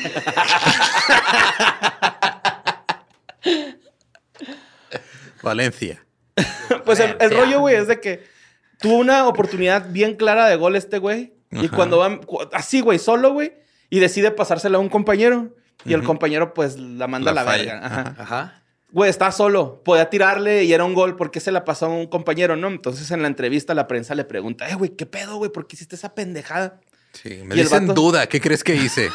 Valencia. Pues el, el rollo, güey, es de que tuvo una oportunidad bien clara de gol este güey. Y Ajá. cuando va así, güey, solo, güey, y decide pasársela a un compañero. Y el Ujú. compañero, pues, la manda La a la falla. verga. Ajá. Ajá. Güey, estaba solo. Podía tirarle y era un gol. ¿Por qué se la pasó a un compañero, no? Entonces, en la entrevista, la prensa le pregunta, eh, güey, ¿qué pedo, güey? ¿Por qué hiciste esa pendejada? Sí, me ¿Y el dicen vato? duda. ¿Qué crees que hice?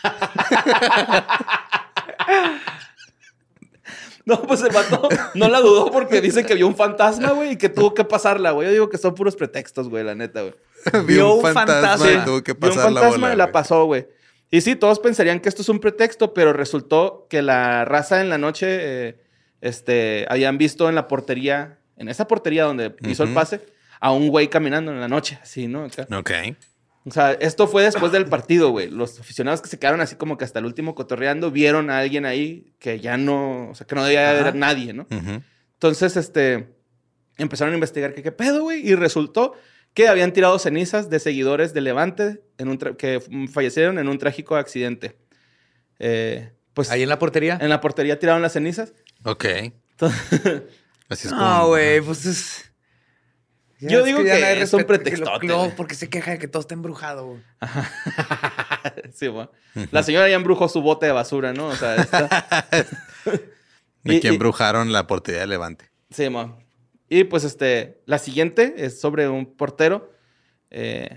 No, pues el vato no la dudó porque dice que vio un fantasma, güey, y que tuvo que pasarla, güey. Yo digo que son puros pretextos, güey, la neta, güey. Vio un fantasma y tuvo que Vio un pasar la fantasma bola, y la güey. pasó, güey. Y sí, todos pensarían que esto es un pretexto, pero resultó que la raza en la noche, eh, este, habían visto en la portería, en esa portería donde hizo el Ujú. pase, a un güey caminando en la noche, así, ¿no? Acá. Ok. O sea, esto fue después del partido, güey. Los aficionados que se quedaron así como que hasta el último cotorreando, vieron a alguien ahí que ya no, o sea, que no debía Ajá. haber nadie, ¿no? Ujú. Entonces, este, empezaron a investigar que qué pedo, güey, y resultó que habían tirado cenizas de seguidores de Levante en un tra- que mm, fallecieron en un trágico accidente. Eh, pues Ahí en la portería. en la portería tiraron las cenizas. Ok. Entonces, Así es No, como... güey, pues es. Ya Yo es digo ya que no hay es un respeto, que pretextote, lo- No, güey. porque se queja de que todo está embrujado, güey. sí, güey. La señora ya embrujó su bote de basura, ¿no? O sea, está... ¿Y Y- que y- embrujaron la portería de Levante? Sí, ma. Y pues este, la siguiente es sobre un portero. Eh,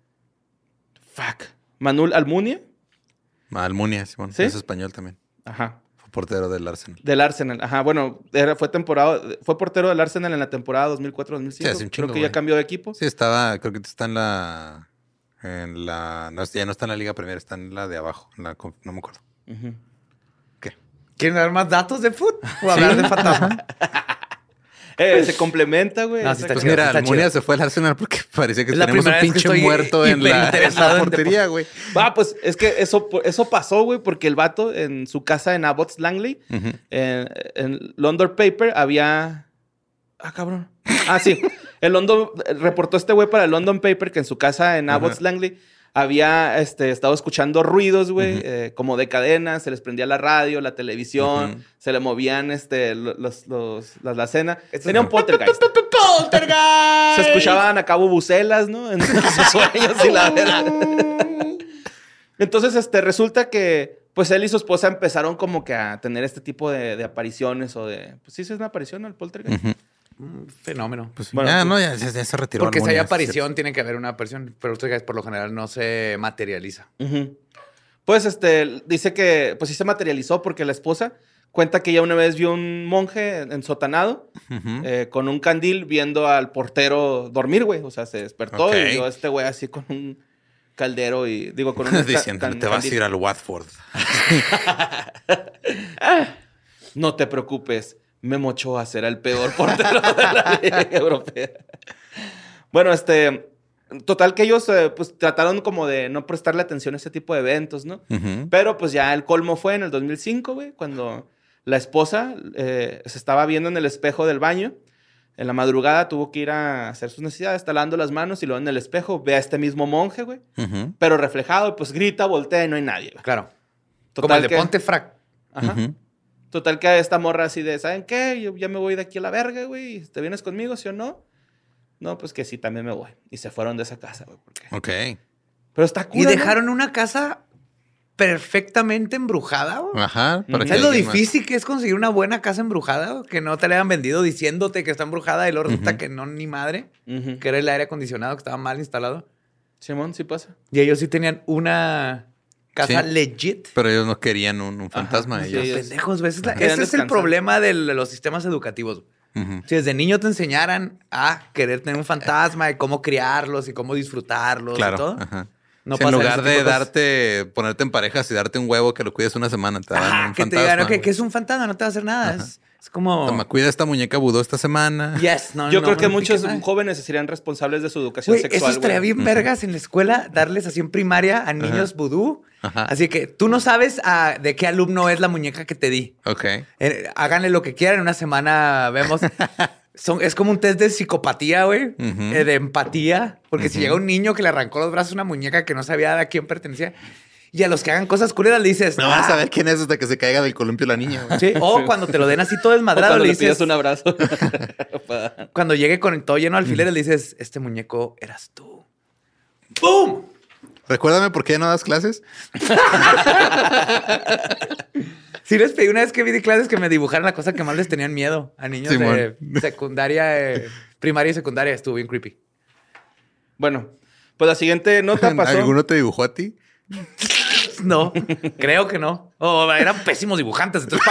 fuck. Manuel Almunia. Almunia, Simón. ¿Sí? Es español también. Ajá. Fue portero del Arsenal. Del Arsenal. Ajá. Bueno, era, fue temporada, fue portero del Arsenal en la temporada dos mil cuatro dos mil cinco. Sí, hace un Creo chingo, que ya güey. cambió de equipo. Sí, estaba... Creo que está en la... En la... No, ya no está en la Liga Premier. Está en la de abajo. en la conf- no me acuerdo. Ujú. ¿Qué? ¿Quieren dar más datos de fútbol? O hablar de fantasma. Eh, se complementa, güey. No, sí está Pues chido, mira, está Almunia chido. se fue al Arsenal porque parecía que Es la teníamos un primera vez que pinche estoy muerto en la, en hiperinteresado la en portería, güey. Va, pues es que eso, eso pasó, güey, porque el vato en su casa en Abbots Langley, Ujú. en, en London Paper, había... Ah, cabrón. Ah, sí. El London... Reportó este güey para el London Paper que en su casa en Abbots Ajá. Langley había este, estado escuchando ruidos, güey, Ujú. eh, como de cadenas, se les prendía la radio, la televisión, Ujú. se le movían este, lo- los, los, las, la cena. Esto Tenía es- un poltergeist. ¡Poltergeist! Se escuchaban a cabo bucelas, ¿no? En sus sueños y la verdad. Entonces, este, resulta que, pues, él y su esposa empezaron como que a tener este tipo de, de apariciones o de... Pues sí, sí es una aparición, ¿no? El poltergeist. Ujú. Un fenómeno. Pues sí. Bueno, ya, pues- no, ya, ya- ya se retiró. Porque si hay Almunia, aparición, tiene que haber una aparición. Pero Poltergeist por lo general no se materializa. Ujú. Pues, este, dice que, pues sí se materializó porque la esposa cuenta que ella una vez vio un monje ensotanado Ujú. eh, con un candil viendo al portero dormir, güey. O sea, se despertó Ok. y vio a este güey así con un caldero y, digo, con un... ca- Diciéndole, can- te vas a candil". ir al Watford. No te preocupes, Memo Ochoa será el peor portero de la Liga Europea. Bueno, este, Total que ellos eh, pues trataron como de no prestarle atención a ese tipo de eventos, ¿no? Ujú. Pero pues ya el colmo fue en el dos mil cinco, güey, cuando la esposa eh, se estaba viendo en el espejo del baño. En la madrugada tuvo que ir a hacer sus necesidades, está lavando las manos y luego en el espejo ve a este mismo monje, güey. Ujú. Pero reflejado, pues grita, voltea y no hay nadie, güey. Claro. Total Como el de que- Ponte Frac. Ajá. Ujú. Total que esta morra así de, ¿saben qué? Yo ya me voy de aquí a la verga, güey. ¿Te vienes conmigo, sí o no? No, pues que sí, también me voy. Y se fueron de esa casa, güey. ¿Por qué? Ok. Pero está cool. Y dejaron una casa perfectamente embrujada, güey. Ajá. Para que ¿Sabes lo alguien más- difícil que es conseguir una buena casa embrujada? Güey? Que no te la hayan vendido diciéndote que está embrujada y luego resulta Ujú. que no, ni madre. Ujú. Que era el aire acondicionado que estaba mal instalado. Simón, sí pasa. Y ellos sí tenían una casa Sí. legit. Pero ellos no querían un, un fantasma. Ajá, sí, ellos. ellos- Pendejos, güey. Ese es, la- Querían ese es el descansar. problema de los sistemas educativos. Ujú. Si desde niño te enseñaran a querer tener un fantasma y cómo criarlos y cómo disfrutarlos y Claro. todo. Ajá. No Si en pasa lugar ese tipo de cosas. darte, ponerte en parejas y darte un huevo que lo cuides una semana, te dan Ajá, un que te fantasma. digan, ok, güey. que es un fantasma, no te va a hacer nada. Es, es como... Toma, cuida esta muñeca vudú esta semana. Yes, no, Yo no, creo que no muchos piques nada. jóvenes serían responsables de su educación Güey, sexual. eso estaría güey. bien vergas en la escuela, darles así en primaria a niños vudú. Ajá. Así que tú no sabes ah, de qué alumno es la muñeca que te di. Ok. Eh, háganle lo que quieran, en una semana vemos. Son, es como un test de psicopatía, güey, Ujú. eh, de empatía. Porque si Ujú. llega un niño que le arrancó los brazos a una muñeca que no sabía a quién pertenecía, y a los que hagan cosas culeras le dices, No vas "Ah". a ver quién es hasta que se caiga del columpio la niña, güey. Sí, o cuando te lo den así todo O desmadrado, cuando le le pidas dices, un abrazo. Pa- cuando llegue con todo lleno de alfileres, le dices, este muñeco eras tú. ¡Bum! Recuérdame por qué no das clases. Sí les pedí una vez que vi de clases que me dibujaran la cosa que más les tenían miedo a niños de Simón. secundaria, eh, primaria y secundaria. Estuvo bien creepy. Bueno, pues la siguiente nota pasó. ¿Alguno te dibujó a ti? No, creo que no. Oh, eran pésimos dibujantes. Entonces,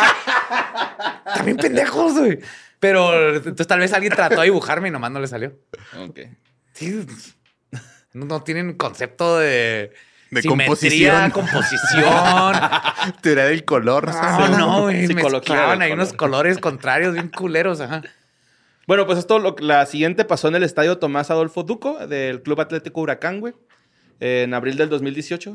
pa- también pendejos, güey. Pero entonces tal vez alguien trató de dibujarme y nomás no le salió. Ok. Sí, no, no tienen concepto de... De simetría, composición. composición. Teoría del color. No, no, güey. Psicología Mezclaban del ahí unos color. colores contrarios bien culeros. Ajá. Bueno, pues esto, lo, la siguiente pasó en el estadio Tomás Adolfo Duco del Club Atlético Huracán, güey, eh, en abril del dos mil dieciocho.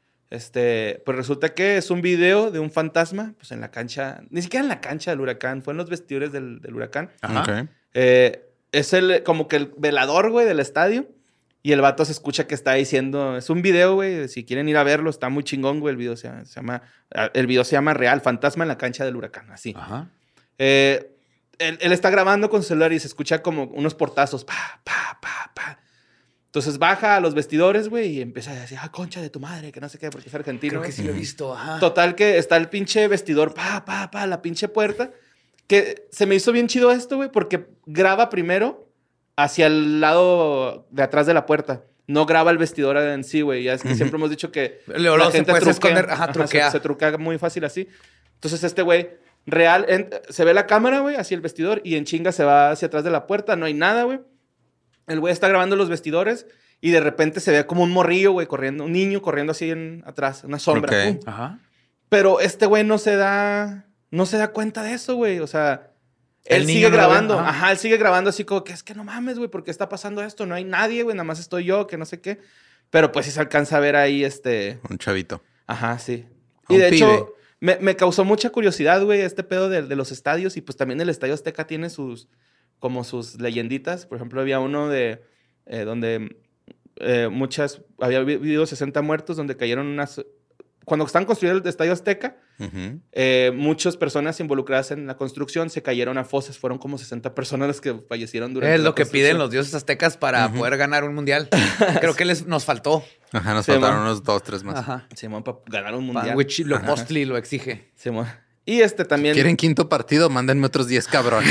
Este, pues resulta que es un video de un fantasma, pues en la cancha, ni siquiera en la cancha del Huracán, fue en los vestidores del, del Huracán. Ajá. Ok. Eh, es el, como que el velador, güey, del estadio. Y el vato se escucha que está diciendo, es un video, güey, si quieren ir a verlo, está muy chingón, güey, el video se llama, se llama- el video se llama Real, Fantasma en la cancha del Huracán, así. Ajá. Eh, él, él está grabando con su celular y se escucha como unos portazos, pa, pa, pa, pa. Entonces baja a los vestidores, güey, y empieza a decir, ah, concha de tu madre, que no sé qué, porque es argentino. Creo que güey. sí lo he visto. Ajá. Total que está el pinche vestidor, pa, pa, pa, la pinche puerta. Que se me hizo bien chido esto, güey, porque graba primero hacia el lado de atrás de la puerta. No graba el vestidor en sí, güey. Ya es que siempre hemos dicho que Luego, luego se puede esconder, ajá, Ajá, truquea. Se, se truquea muy fácil así. Entonces este güey, real, en- se ve la cámara, güey, hacia el vestidor y en chinga se va hacia atrás de la puerta. No hay nada, güey. El güey está grabando los vestidores y de repente se ve como un morrillo, güey, corriendo, un niño corriendo así en, atrás, una sombra. Ok. ¡Pum! Ajá. Pero este güey no se da, no se da cuenta de eso, güey. O sea, El él niño sigue no lo ve, grabando. ajá. Ajá. él sigue grabando así como que es que no mames, güey, ¿por qué está pasando esto? No hay nadie, güey, nada más estoy yo, que no sé qué. Pero pues sí se alcanza a ver ahí este... Un chavito. Ajá, sí. Un Y de pibe. hecho, me, me causó mucha curiosidad, güey, este pedo de, de los estadios. Y pues también el Estadio Azteca tiene sus, como sus leyenditas. Por ejemplo, había uno de, eh, donde eh, muchas, había habido sesenta muertos, donde cayeron unas... Cuando están construyendo el Estadio Azteca, Ujú. eh, muchas personas involucradas en la construcción se cayeron a fosas. Fueron como sesenta personas las que fallecieron durante Es la lo que piden construcción. los dioses aztecas para poder ganar un mundial. Creo que les, nos faltó. Ajá, nos Sí, faltaron man. unos dos, tres más. Ajá. Simón, para ganar un Pa- mundial. which lo Mostly lo exige. Simón. Y este también... ¿Quieren quinto partido? Mándenme otros diez cabrones.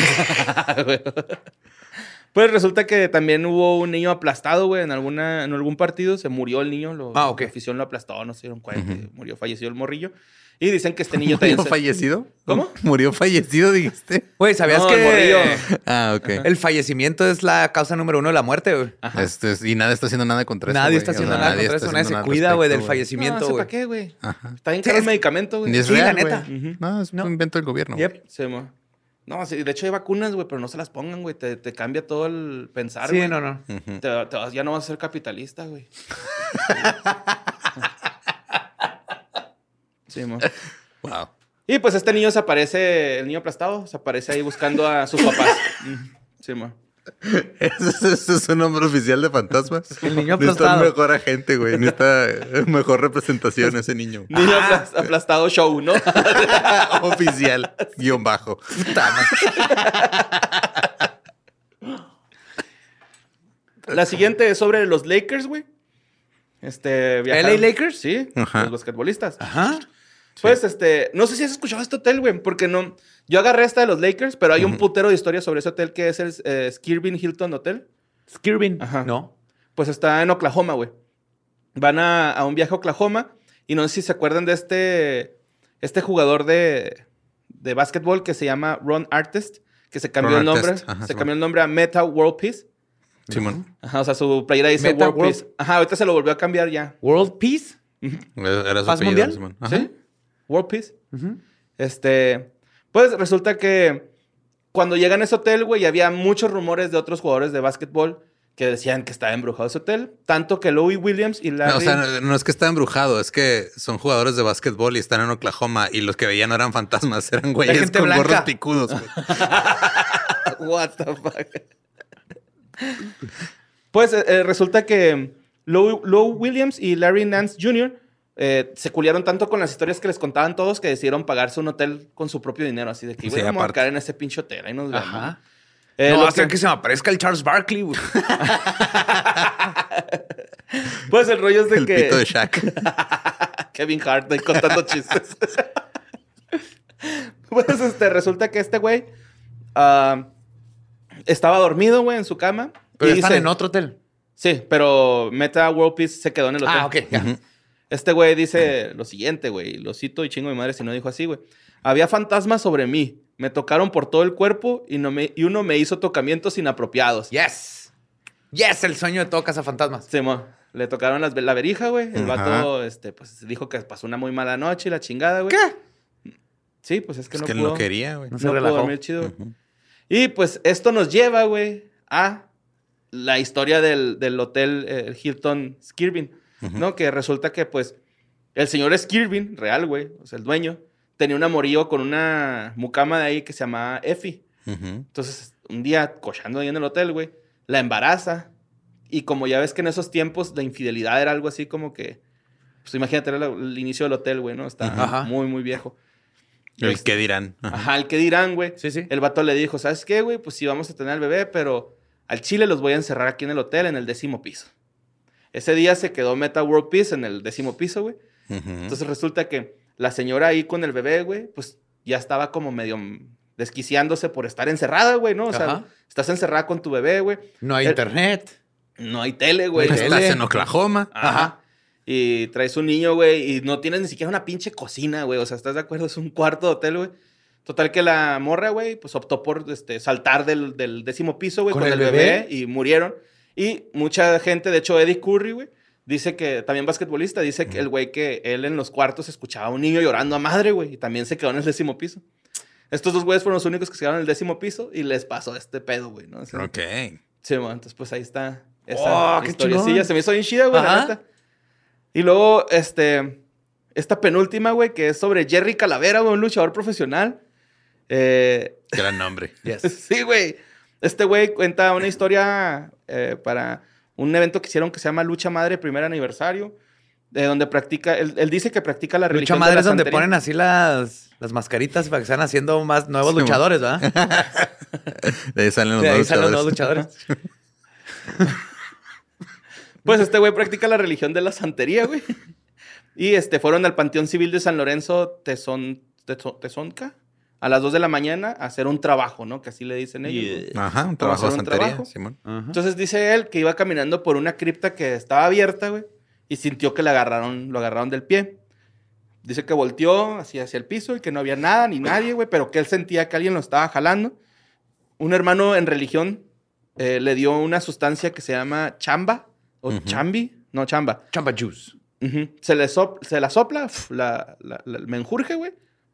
Pues resulta que también hubo un niño aplastado, güey, en, alguna, en algún partido. Se murió el niño. Lo, Ah, ok. La afición lo aplastó, no se dieron cuenta. Murió, falleció el morrillo. Y dicen que este niño ¿Murió también... se- fallecido? ¿Cómo? ¿Murió fallecido, dijiste? Güey, ¿sabías No, que el morrillo. Ah, ok. el fallecimiento es la causa número uno de la muerte, güey? Ajá. Este, es- y nadie está haciendo nada contra eso. Nadie güey. está O haciendo sea, nada nadie contra está eso. Nadie haciendo se nada cuida, al güey, del respecto, güey. fallecimiento, No, güey. ¿para qué, güey? Ajá. Está bien Sí, caro es- el medicamento, güey. Ni es Sí, la real, neta. güey. No, es No. un invento del gobierno. Yep. Sí, mo. No, sí, de hecho hay vacunas, güey, pero no se las pongan, güey. Te, te cambia todo el pensar, Sí, güey. no, no. Ujú. Te, te vas- ya no vas a ser capitalista, güey. Sí, mo. Wow. Y pues este niño se aparece, el niño aplastado, se aparece ahí buscando a sus papás. Sí, mo. ¿Ese es, es un nombre oficial de fantasmas? El niño Necesita aplastado. un mejor agente, güey. Necesita mejor representación ese niño. Niño aplas- aplastado show, ¿no? Oficial. Guión bajo. La siguiente es sobre los Lakers, güey. Este, viajaron- ¿L A Lakers? Sí, Ajá. los basquetbolistas. Ajá. Pues, este, no sé si has escuchado este hotel, güey, porque no... Yo agarré esta de los Lakers, pero hay un Ujú. putero de historias sobre ese hotel que es el eh, Skirvin Hilton Hotel. Skirvin. Ajá. No. Pues está en Oklahoma, güey. Van a, a un viaje a Oklahoma y no sé si se acuerdan de este, este jugador de, de básquetbol que se llama Ron Artest, que se cambió Ron el nombre, Artest, ajá, se Simón. cambió el nombre a Meta World Peace. Simón. Ajá, o sea, su playera dice Meta World, World- Peace. Ajá, ahorita se lo volvió a cambiar ya. World Peace. Era su ¿Paz apellido, mundial? Simón. Ajá. ¿Sí? World Peace. Este, pues resulta que cuando llegan a ese hotel, güey, había muchos rumores de otros jugadores de básquetbol que decían que estaba embrujado ese hotel. Tanto que Louis Williams y Larry... No, o sea, no, no es que está embrujado, es que son jugadores de básquetbol y están en Oklahoma y los que veían no eran fantasmas, eran güeyes gente con blanca. gorros picudos. güey. What the fuck. Pues eh, eh, resulta que Lou, Lou Williams y Larry Nance junior eh, se culiaron tanto con las historias que les contaban todos que decidieron pagarse un hotel con su propio dinero. Así de que, Sí, güey, vamos a aparte. caer en ese pinche hotel. Ahí nos vemos. Ajá. Eh, no, lo hasta que- que... se me aparezca el Charles Barkley, güey. Pues el rollo es de El que... pito de Shaq. Kevin Hart ahí contando chistes. Pues este, resulta que este güey ah, estaba dormido, güey, en su cama. Pero y están dice- en otro hotel. Sí, pero Meta World Peace se quedó en el hotel. Ah, ok. Ya. Ujú. Este güey dice lo siguiente, güey. Lo cito y chingo mi madre si no dijo así, güey. Había fantasmas sobre mí. Me tocaron por todo el cuerpo y, no me, y uno me hizo tocamientos inapropiados. Yes. Yes, el sueño de todo cazafantasmas. Sí, mo. Le tocaron las, la verija, güey. El Ajá. vato, este, pues, dijo que pasó una muy mala noche y la chingada, güey. ¿Qué? Sí, pues es que Es no que él pudo. no quería, güey. No No, se pudo relajó. dormir chido. Ujú. Y pues esto nos lleva, güey, a la historia del, del hotel eh, Hilton Skirvin, ¿no? Que resulta que, pues, el señor Skirvin, real, güey, o sea, el dueño, tenía un amorío con una mucama de ahí que se llamaba Effie. Ujú. Entonces, un día, cochando ahí en el hotel, güey, la embaraza. Y como ya ves que en esos tiempos la infidelidad era algo así como que... Pues imagínate, era la- el inicio del hotel, güey, ¿no? Está Ajá. muy, muy viejo. El Este, que dirán. Ajá. Ajá, el que dirán, güey. Sí, sí. El vato le dijo, ¿sabes qué, güey? Pues sí, vamos a tener al bebé, pero al chile los voy a encerrar aquí en el hotel, en el décimo piso. Ese día se quedó Meta World Peace en el décimo piso, güey. Ujú. Entonces resulta que la señora ahí con el bebé, güey, pues ya estaba como medio desquiciándose por estar encerrada, güey, ¿no? O sea, Ajá. estás encerrada con tu bebé, güey. No hay El- internet. No hay tele, güey. No hay Estás tele. en Oklahoma. Ajá. Y traes un niño, güey, y no tienes ni siquiera una pinche cocina, güey. O sea, ¿estás de acuerdo? Es un cuarto de hotel, güey. Total que la morra, güey, pues optó por este, saltar del, del décimo piso, güey, ¿Con con, el el bebé? bebé? y murieron. Y mucha gente, de hecho, Eddie Curry, güey, dice que, también basquetbolista, dice que el güey que él en los cuartos escuchaba a un niño llorando a madre, güey, y también se quedó en el décimo piso. Estos dos güeyes fueron los únicos que se quedaron en el décimo piso y les pasó este pedo, güey, ¿no? O sea, Ok. Sí, bueno, entonces pues ahí está esa Oh, qué historiecilla. chingón. Se me hizo bien chida, güey, la Ajá. neta. Y luego, este, esta penúltima, güey, que es sobre Jerry Calavera, güey, un luchador profesional. Eh, Gran nombre. Yes. sí, güey. Este güey cuenta una historia eh, para un evento que hicieron que se llama Lucha Madre Primer Aniversario, de donde practica, él, él dice que practica la Lucha religión madre de la es donde santería. ponen así las, las mascaritas para que sean haciendo más nuevos Sí, luchadores, ¿verdad? De ahí salen los De ahí nuevos salen los nuevos luchadores. luchadores. Pues este güey practica la religión de la santería, güey. Y este, fueron al Panteón Civil de San Lorenzo, Tezon, Tezo- Tezonca, a las dos de la mañana a hacer un trabajo, ¿no? Que así le dicen ellos. ¿no? Ajá, un Para trabajo de hacer un santería, trabajo. Simón. Entonces dice él que iba caminando por una cripta que estaba abierta, güey, y sintió que le agarraron, lo agarraron del pie. Dice que volteó hacia, hacia el piso y que no había nada ni nadie, güey, pero que él sentía que alguien lo estaba jalando. Un hermano en religión eh, le dio una sustancia que se llama chamba o Ujú. chambi, no chamba. Chamba juice. Ujú. Se, le sop- se la sopla, uf, la, la, la- el menjurje, güey,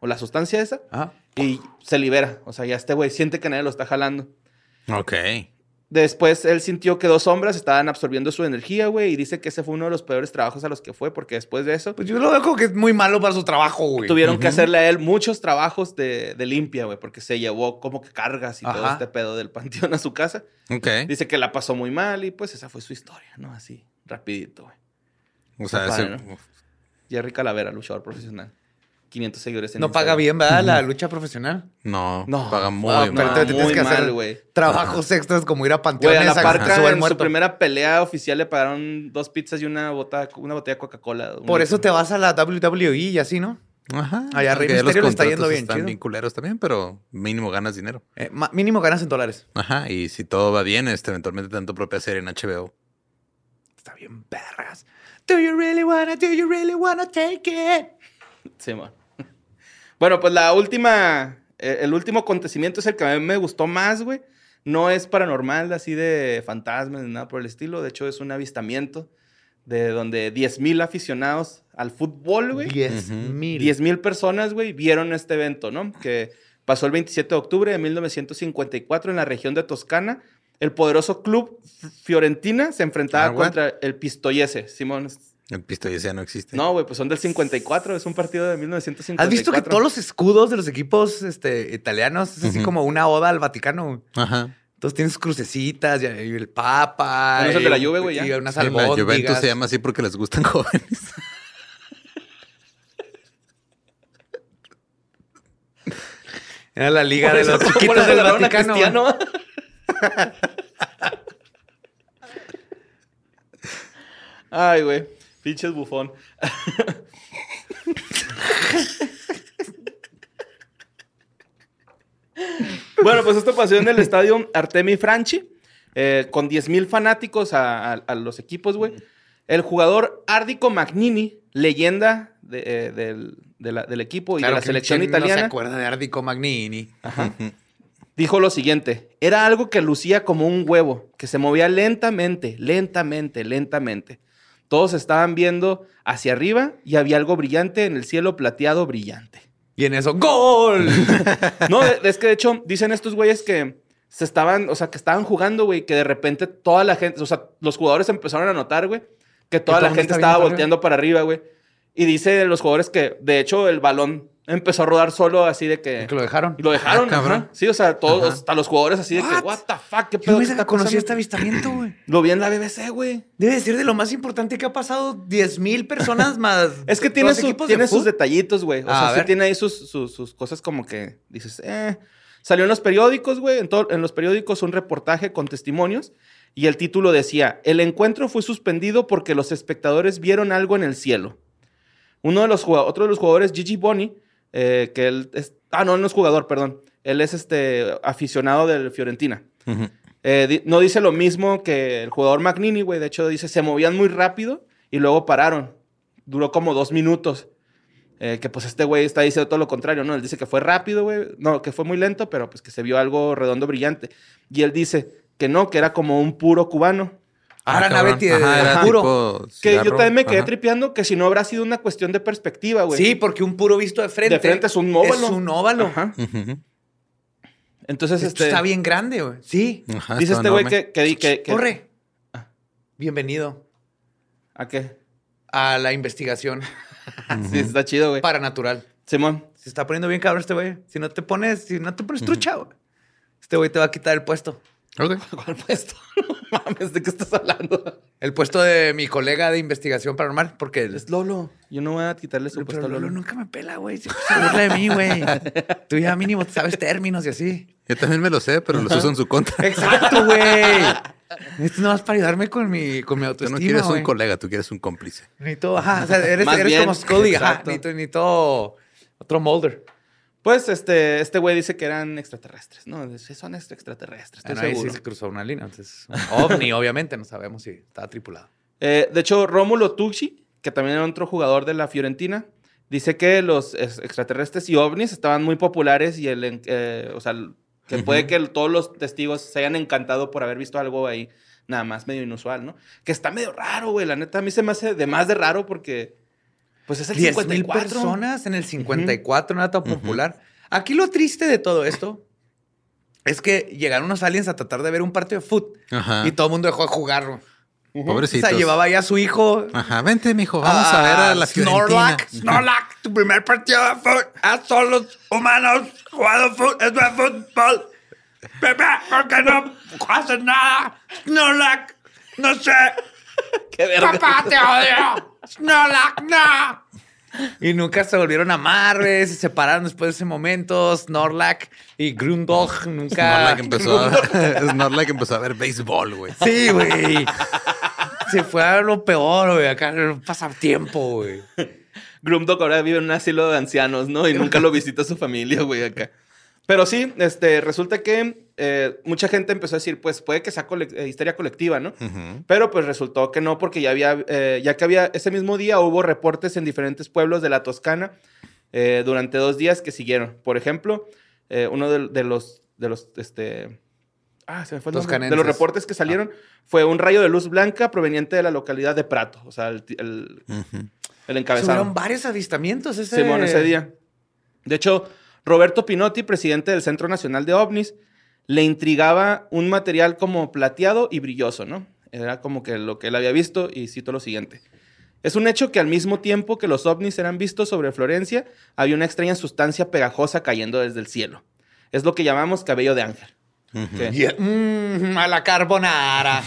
o la sustancia esa, Ajá. y se libera. O sea, ya este güey siente que nadie lo está jalando. Ok. Después él sintió que dos sombras estaban absorbiendo su energía, güey, y dice que ese fue uno de los peores trabajos a los que fue, porque después de eso... Pues yo lo veo como que es muy malo para su trabajo, güey. Tuvieron Uh-huh. que hacerle a él muchos trabajos de, de limpia, güey, porque se llevó como que cargas y Ajá. todo este pedo del panteón a su casa. Ok. Dice que la pasó muy mal y pues esa fue su historia, ¿no? Así, rapidito, güey. O sea, Está ese... padre, ¿no? Jerry Calavera, luchador profesional. quinientos seguidores en No paga Instagram. bien, ¿verdad? La lucha profesional. No, No. paga muy Ah, mal. pero te tienes muy que mal, hacer güey. trabajos extras como ir a Güey, panteones a la a que Parca suba el en su muerto. primera pelea oficial le pagaron dos pizzas y una, bota, una botella de Coca-Cola. un Por eso litro. te vas a la W W E y así, ¿no? Ajá. Allá Rey Aunque ya Misterio le está contratos yendo bien están chido. bien culeros también, pero mínimo ganas dinero. Eh, ma- mínimo ganas en dólares. Ajá. Y si todo va bien, este, eventualmente te dan tu propia serie en H B O. Está bien perras. Do you really wanna, do you really wanna take it? Sí, man. Bueno, pues la última... eh, el último acontecimiento es el que a mí me gustó más, güey. No es paranormal, así de fantasmas ni nada por el estilo. De hecho, es un avistamiento de donde diez mil aficionados al fútbol, güey. diez mil. diez mil personas, güey, vieron este evento, ¿no? Que pasó el veintisiete de octubre de mil novecientos cincuenta y cuatro en la región de Toscana. El poderoso club Fiorentina se enfrentaba Ah, güey. contra el Pistoiese, Simón. El pistolle ya no existe. No, güey, pues son del cincuenta y cuatro. Es un partido de mil novecientos cincuenta y ¿Has cuatro. visto que todos los escudos de los equipos este, italianos es así Ujú. como una oda al Vaticano? Güey? Ajá. Entonces tienes crucecitas y, y el Papa. Bueno, es el de la y- Juve, güey, ya. Y unas Sí, la albóndigas. Juventus se llama así porque les gustan jóvenes. Era la liga Por de eso, los ¿cómo chiquitos le del agarraron a Vaticano. güey. Cristiano? Ay, güey. Pinches bufón. Bueno, pues esto pasó en el estadio Artemi Franchi, eh, con diez mil fanáticos a, a- a los equipos, güey. El jugador Ardico Magnini, leyenda de, eh, del, de la- del equipo y Claro de la que selección ¿quién no se italiana, acuerda de Ardico Magnini? dijo lo siguiente: era algo que lucía como un huevo, que se movía lentamente, lentamente, lentamente. Todos estaban viendo hacia arriba y había algo brillante en el cielo plateado brillante. Y en eso, ¡gol! No, de- es que de hecho dicen estos güeyes que se estaban, o sea, que estaban jugando, güey, que de repente toda la gente, o sea, los jugadores empezaron a notar, güey, que toda todo la el mundo gente está estaba viendo para volteando para arriba, güey. Y dice los jugadores que, de hecho, el balón empezó a rodar solo así de que... que lo dejaron. Y lo dejaron, Ah, cabrón. ajá. Sí, o sea, todos, Ajá. hasta los jugadores así de que, What? what the fuck, qué Yo pedo me que está conocí pasando? este avistamiento, güey. Lo vi en la B B C, güey. Debe decir de lo más importante que ha pasado diez mil personas más. Es que tiene, dos su- equipos de tiene sus fútbol. detallitos, güey. O Ah, a sea, sí ver. tiene ahí sus, sus, sus cosas como que dices, eh. Salió en los periódicos, güey. En, todo- en los periódicos un reportaje con testimonios. Y el título decía: el encuentro fue suspendido porque los espectadores vieron algo en el cielo. Uno de los jugado- otro de los jugadores, Gigi Boni, eh, que él es... Ah, no, él no es jugador, perdón. Él es este aficionado del Fiorentina. Ujú. Eh, di- no dice lo mismo que el jugador Magnini, güey. De hecho, dice, se movían muy rápido y luego pararon. Duró como dos minutos. Eh, que pues este güey está diciendo todo lo contrario, ¿no? Él dice que fue rápido, güey. No, que fue muy lento, pero pues que se vio algo redondo brillante. Y él dice que no, que era como un puro cubano. Ahora Ah, nave cabrón. tiene Ajá, era puro. tipo Que yo cigarro. también me quedé Ajá. tripeando que si no habrá sido una cuestión de perspectiva, güey. Sí, porque un puro visto de frente. De frente es un óvalo. Es un óvalo. Ajá. Ujú. Entonces, Esto este... está bien grande, güey. Sí. Ajá, Dice estaba este güey enorme. que, que, que, que- Corre. Ah. Bienvenido ¿A qué? a la investigación Sí, está chido, güey. paranatural. Simón. Se está poniendo bien cabrón este güey. Si no te pones, si no te pones trucha, güey, este güey te va a quitar el puesto. Ok. ¿Cuál puesto? No mames, ¿de qué estás hablando? El puesto de mi colega de investigación paranormal, porque el, Es Lolo. Yo no voy a quitarle su pero puesto a Lolo Lolo. nunca me pela, güey. Siempre se burla de mí, güey. Tú ya mínimo te sabes términos y así. Yo también me lo sé, pero los uso en su contra. Exacto, güey. Esto es nada más para ayudarme con mi, con mi Tú autoestima, no quieres güey. un colega, tú quieres un cómplice. Necesito, ajá, o sea, eres, Más eres bien, como Scully, ajá. exacto. Necesito, necesito otro Mulder. Pues este, este güey dice que eran extraterrestres. No, dice, son extra- extraterrestres, estoy Bueno, ahí seguro. sí se cruzó una línea. Entonces, un ovni, obviamente, no sabemos si estaba tripulado. Eh, de hecho, Rómulo Tucci, que también era otro jugador de la Fiorentina, dice que los ex- extraterrestres y ovnis estaban muy populares y el, en- eh, o sea, el- que puede que el- todos los testigos se hayan encantado por haber visto algo ahí nada más medio inusual, ¿no? Que está medio raro, güey. La neta, a mí se me hace de más de raro porque... Pues es el diez cincuenta y mil cuatro. personas en el cincuenta y cuatro, no era tan popular. Aquí lo triste de todo esto es que llegaron unos aliens a tratar de ver un partido de fútbol Ajá. y todo el mundo dejó de jugar. Pobrecitos. O sea, llevaba ya a su hijo. Ajá, vente, mijo, vamos a ver a la Fiorentina. Snorlax, Snorlax, tu primer partido de fútbol. Ah, son los humanos jugando fútbol. Es de fútbol. Pepe, ¿por qué no haces nada? Snorlax, no sé. ¡Qué verga! ¡Papá, te odio! ¡Snorlax, no! Y nunca se volvieron a amar, güey. Se separaron después de ese momento. Snorlax y Grundog nunca... Snorlax empezó, a, Snorlax empezó a ver béisbol, güey. Sí, güey. Se fue a lo peor, güey. Acá pasa tiempo, güey. Grumdog ahora vive en un asilo de ancianos, ¿no? Y nunca lo visita su familia, güey, acá. Pero sí, este, resulta que eh, mucha gente empezó a decir, pues puede que sea colect- eh, histeria colectiva, ¿no? Uh-huh. Pero pues resultó que no, porque ya había, eh, ya que había, ese mismo día hubo reportes en diferentes pueblos de la Toscana eh, durante dos días que siguieron. Por ejemplo, eh, uno de, de los, de los, este... Ah, se me fue el nombre. De los reportes que salieron ah. fue un rayo de luz blanca proveniente de la localidad de Prato. O sea, el, el, uh-huh. el encabezado. Fueron varios avistamientos ese... Simón, ese día. De hecho, Roberto Pinotti, presidente del Centro Nacional de OVNIs, le intrigaba un material como plateado y brilloso, ¿no? Era como que lo que él había visto y cito lo siguiente. Es un hecho que al mismo tiempo que los ovnis eran vistos sobre Florencia, había una extraña sustancia pegajosa cayendo desde el cielo. Es lo que llamamos cabello de ángel. Uh-huh. Yeah. Mm, a la carbonara.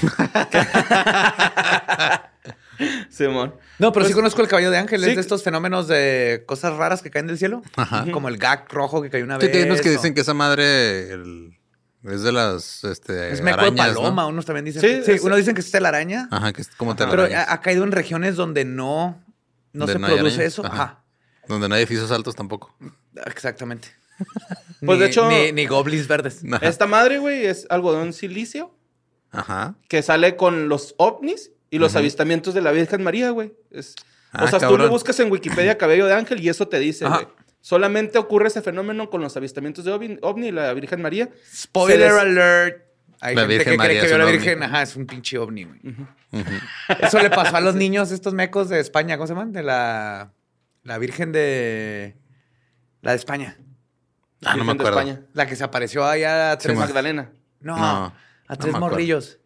Simón. No, pero pues, sí conozco el cabello de ángel. Sí. Es de estos fenómenos de cosas raras que caen del cielo. Ajá. Como el gag rojo que cayó una Sí, vez. que hay unos que o... dicen que esa madre el, es de las este, es meco arañas, de paloma. ¿no? Unos también dicen. Sí, sí es... uno dicen que es telaraña. Ajá, que es como Ajá. telaraña. Pero ha, ha caído en regiones donde no, no se no produce arañas. eso. Ajá. Ajá. Donde no hay edificios altos tampoco. Exactamente. Pues ni, de hecho... Ni, ni goblins verdes. Ajá. Esta madre, güey, es algodón silicio. Ajá. Que sale con los ovnis y los uh-huh. avistamientos de la Virgen María, güey. Es... Ah, o sea, cabrón. tú le buscas en Wikipedia cabello de ángel y eso te dice, güey. Solamente ocurre ese fenómeno con los avistamientos de ovni, ovni y la Virgen María. Spoiler les... alert. Hay la gente Virgen que María cree que vio la ovni. Virgen. Ajá, es un pinche ovni, güey. Uh-huh. Uh-huh. Eso le pasó a los niños, estos mecos de España. ¿Cómo se llaman? De la... La Virgen de... La de España. Ah, no me acuerdo. España. La que se apareció allá a tres... Sí, Magdalena. No, no a tres no morrillos.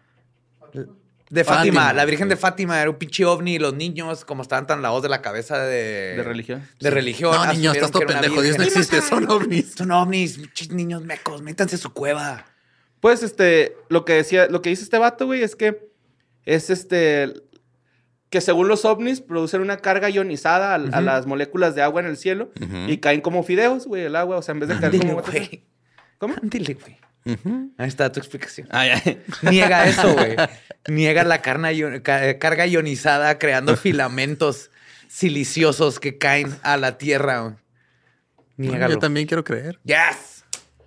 De Fátima. Fátima. La Virgen de Fátima era un pinche ovni y los niños, como estaban tan lavados de la cabeza de... De religión. De sí. religión. No, niños, estás todo pendejo. Dios no existe, son ovnis. Son ovnis, pinches niños mecos. Métanse a su cueva. Pues, este... Lo que decía... Lo que dice este vato, güey, es que... Es este... Que según los ovnis producen una carga ionizada a, uh-huh. a las moléculas de agua en el cielo. Uh-huh. Y caen como fideos, güey, el agua. O sea, en vez de caer Ándale, como... güey. ¿Cómo? Ándale, güey. Uh-huh. Ahí está tu explicación. Ay, ay. Niega eso, güey. Niega la carna, carga ionizada creando filamentos siliciosos que caen a la tierra. Niégalo. Yo también quiero creer. ¡Yes!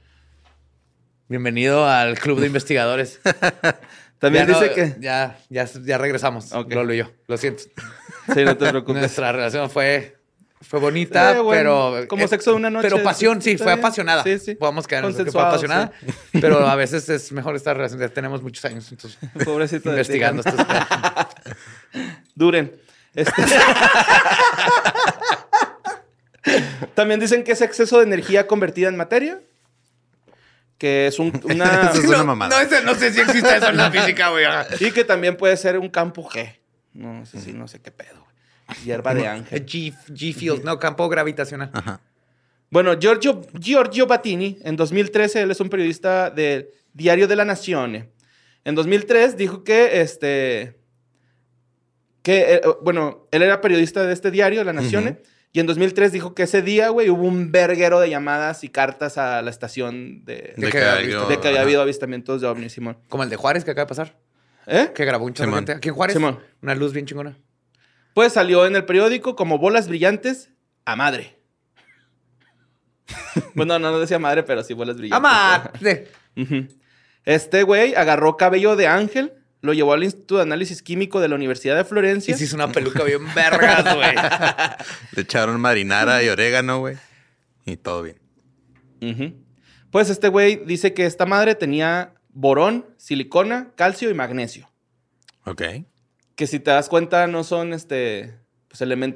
Bienvenido al club de investigadores. También ya dice no, que... Ya, ya, ya regresamos. Okay. Lolo y yo. Lo siento. Sí, no te preocupes. Nuestra relación fue... Fue bonita, eh, bueno, pero... Como eh, sexo de una noche. Pero pasión, sí, fue bien. apasionada. Sí, sí. Podemos quedarnos que fue apasionada. Sí. Pero a veces es mejor esta relación. Ya tenemos muchos años, entonces... Pobrecito. Investigando estos... Duren. Este... También dicen que es exceso de energía convertida en materia. Que es un, una... eso es una mamada. No, no, no sé si existe eso en la física, güey. Y que también puede ser un campo G. No sé si, no sé qué pedo. Hierba de ángel. G, G Field, no, campo gravitacional. Ajá. Bueno, Giorgio, Giorgio Battini, en dos mil trece, él es un periodista del Diario de la Nazione. En dos mil tres dijo que, este, que, eh, bueno, él era periodista de este diario, de la Nazione, uh-huh. y en dos mil tres dijo que ese día, güey, hubo un verguero de llamadas y cartas a la estación de, de, de que, que, había, de que había habido avistamientos de ovnis, Simón. Como el de Juárez que acaba de pasar. ¿Eh? Que grabó un chorro de gente. Aquí en Juárez. Simón. Una luz bien chingona. Pues salió en el periódico como bolas brillantes a madre. Bueno, no, no decía madre, pero sí bolas brillantes. ¡A madre! Uh-huh. Este güey agarró cabello de ángel, lo llevó al Instituto de Análisis Químico de la Universidad de Florencia. Y se hizo una peluca bien vergas, güey. Le echaron marinara y orégano, güey. Y todo bien. Uh-huh. Pues este güey dice que esta madre tenía borón, silicona, calcio y magnesio. Ok. Que si te das cuenta no son este, pues, elementos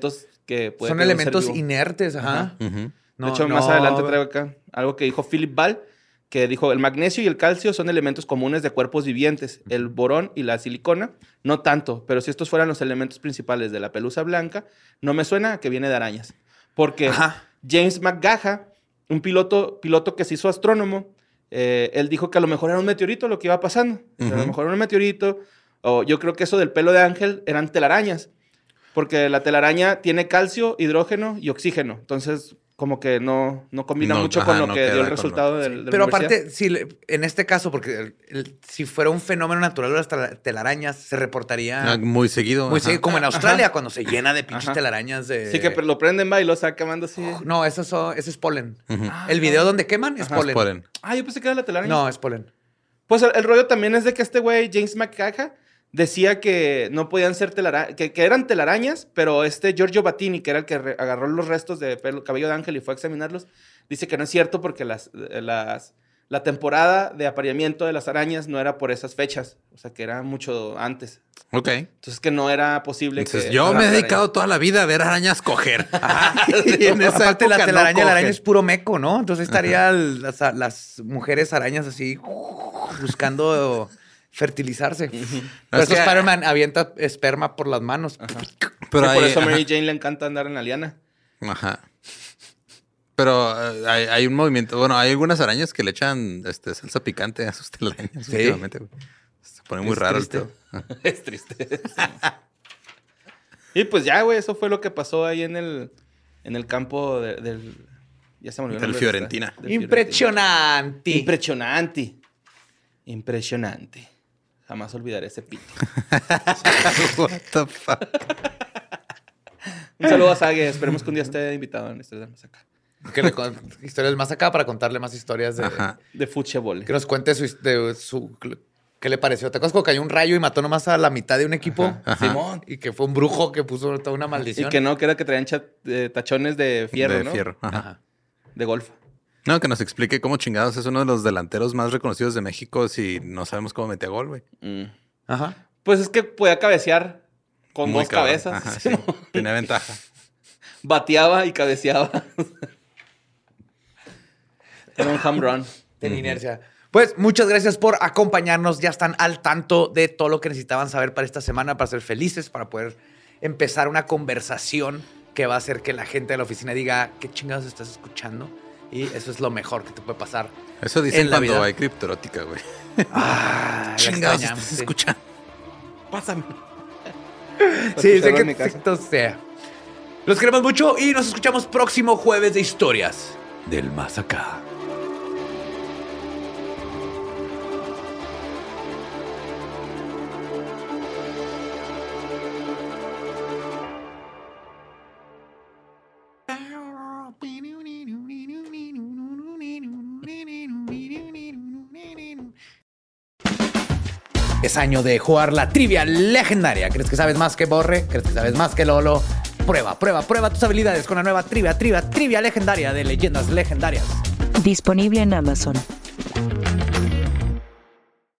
que puede Son que no elementos ser vivo. inertes, ajá. Ajá. Uh-huh. No, de hecho, no, más adelante traigo acá algo que dijo Philip Ball, que dijo, el magnesio y el calcio son elementos comunes de cuerpos vivientes. El borón y la silicona, no tanto. Pero si estos fueran los elementos principales de la pelusa blanca, no me suena a que viene de arañas. Porque Ajá. James McGaha, un piloto, piloto que se hizo astrónomo, eh, él dijo que a lo mejor era un meteorito lo que iba pasando. Uh-huh. A lo mejor era un meteorito. O yo creo que eso del pelo de ángel eran telarañas. Porque la telaraña tiene calcio, hidrógeno y oxígeno. Entonces, como que no, no combina No, mucho ajá, con lo no que dio queda el con resultado lo- del, sí. de la Pero universidad. aparte, si le- en este caso, porque el- el- si fuera un fenómeno natural de las tela- telarañas, se reportaría Ah, muy seguido. muy ajá. seguido, como en Australia, Ajá. cuando se llena de pinches Ajá. telarañas de... Sí, que lo prenden, va, y lo está quemando así. No, eso, so- ese es polen. Ujú. El video donde queman es Ajá. polen. Polen. Ah, yo pensé que era la telaraña. No, es polen. Pues el, el rollo también es de que este güey, James McGaha, decía que no podían ser telarañas, que, que eran telarañas, pero este Giorgio Battini, que era el que re- agarró los restos de pelo, cabello de ángel y fue a examinarlos, dice que no es cierto porque las, las, la temporada de apareamiento de las arañas no era por esas fechas, o sea, que era mucho antes. Ok. Entonces que no era posible Entonces, que... yo fueran me he telarañas. dedicado toda la vida a ver arañas coger. y en esa Aparte, época la no telaraña, la araña cogen. es puro meco, ¿no? Entonces estarían las, las mujeres arañas así buscando fertilizarse. Por Es eso que- Spider-Man avienta esperma por las manos. Ajá. Pero Sí, por hay- eso a ajá. Mary Jane le encanta andar en la liana. Ajá. Pero eh, hay, hay un movimiento. Bueno, hay algunas arañas que le echan este, salsa picante a sus telarañas Sí. últimamente, güey. Se pone muy Es raro triste. el todo. Es triste. Y pues ya, güey, eso fue lo que pasó ahí en el, en el campo de- del... Ya se me olvidó el Del nombre de Fiorentina. esta- del Impresionante. Impresionante. Impresionante. Jamás olvidaré ese pito. What the fuck? Un saludo a Sage. Esperemos que un día esté invitado en Historias del Más Acá. Que le con- historias más acá para contarle más historias de... Ajá. De fútbol. Que nos cuente su, de su... ¿Qué le pareció? ¿Te acuerdas cuando cayó un rayo y mató nomás a la mitad de un equipo? Ajá. Simón. Y que fue un brujo que puso toda una Y maldición. que no, que era que traían cha- eh, tachones de fierro, de ¿no? fierro. Ajá. Ajá. De golf. No, que nos explique cómo chingados es uno de los delanteros más reconocidos de México si no sabemos cómo metía gol, güey. Mm. Ajá. Pues es que podía cabecear con Muy dos cabrón. cabezas. Ajá, sí. Tenía ventaja. Bateaba y cabeceaba. Era un home run. En inercia. Pues muchas gracias por acompañarnos. Ya están al tanto de todo lo que necesitaban saber para esta semana, para ser felices, para poder empezar una conversación que va a hacer que la gente de la oficina diga qué chingados estás escuchando. Y eso es lo mejor que te puede pasar. Eso dicen En la cuando vida. hay criptorótica, güey. Ah, Chingados estás escuchando. Pásame. Sí, sé escucharlo en mi que casa. esto sea. Los queremos mucho y nos escuchamos próximo jueves de Historias del Más Acá. Es año de jugar la trivia legendaria. ¿Crees que sabes más que Borre? ¿Crees que sabes más que Lolo? Prueba, prueba, prueba tus habilidades con la nueva trivia, trivia, trivia legendaria de leyendas legendarias. Disponible en Amazon.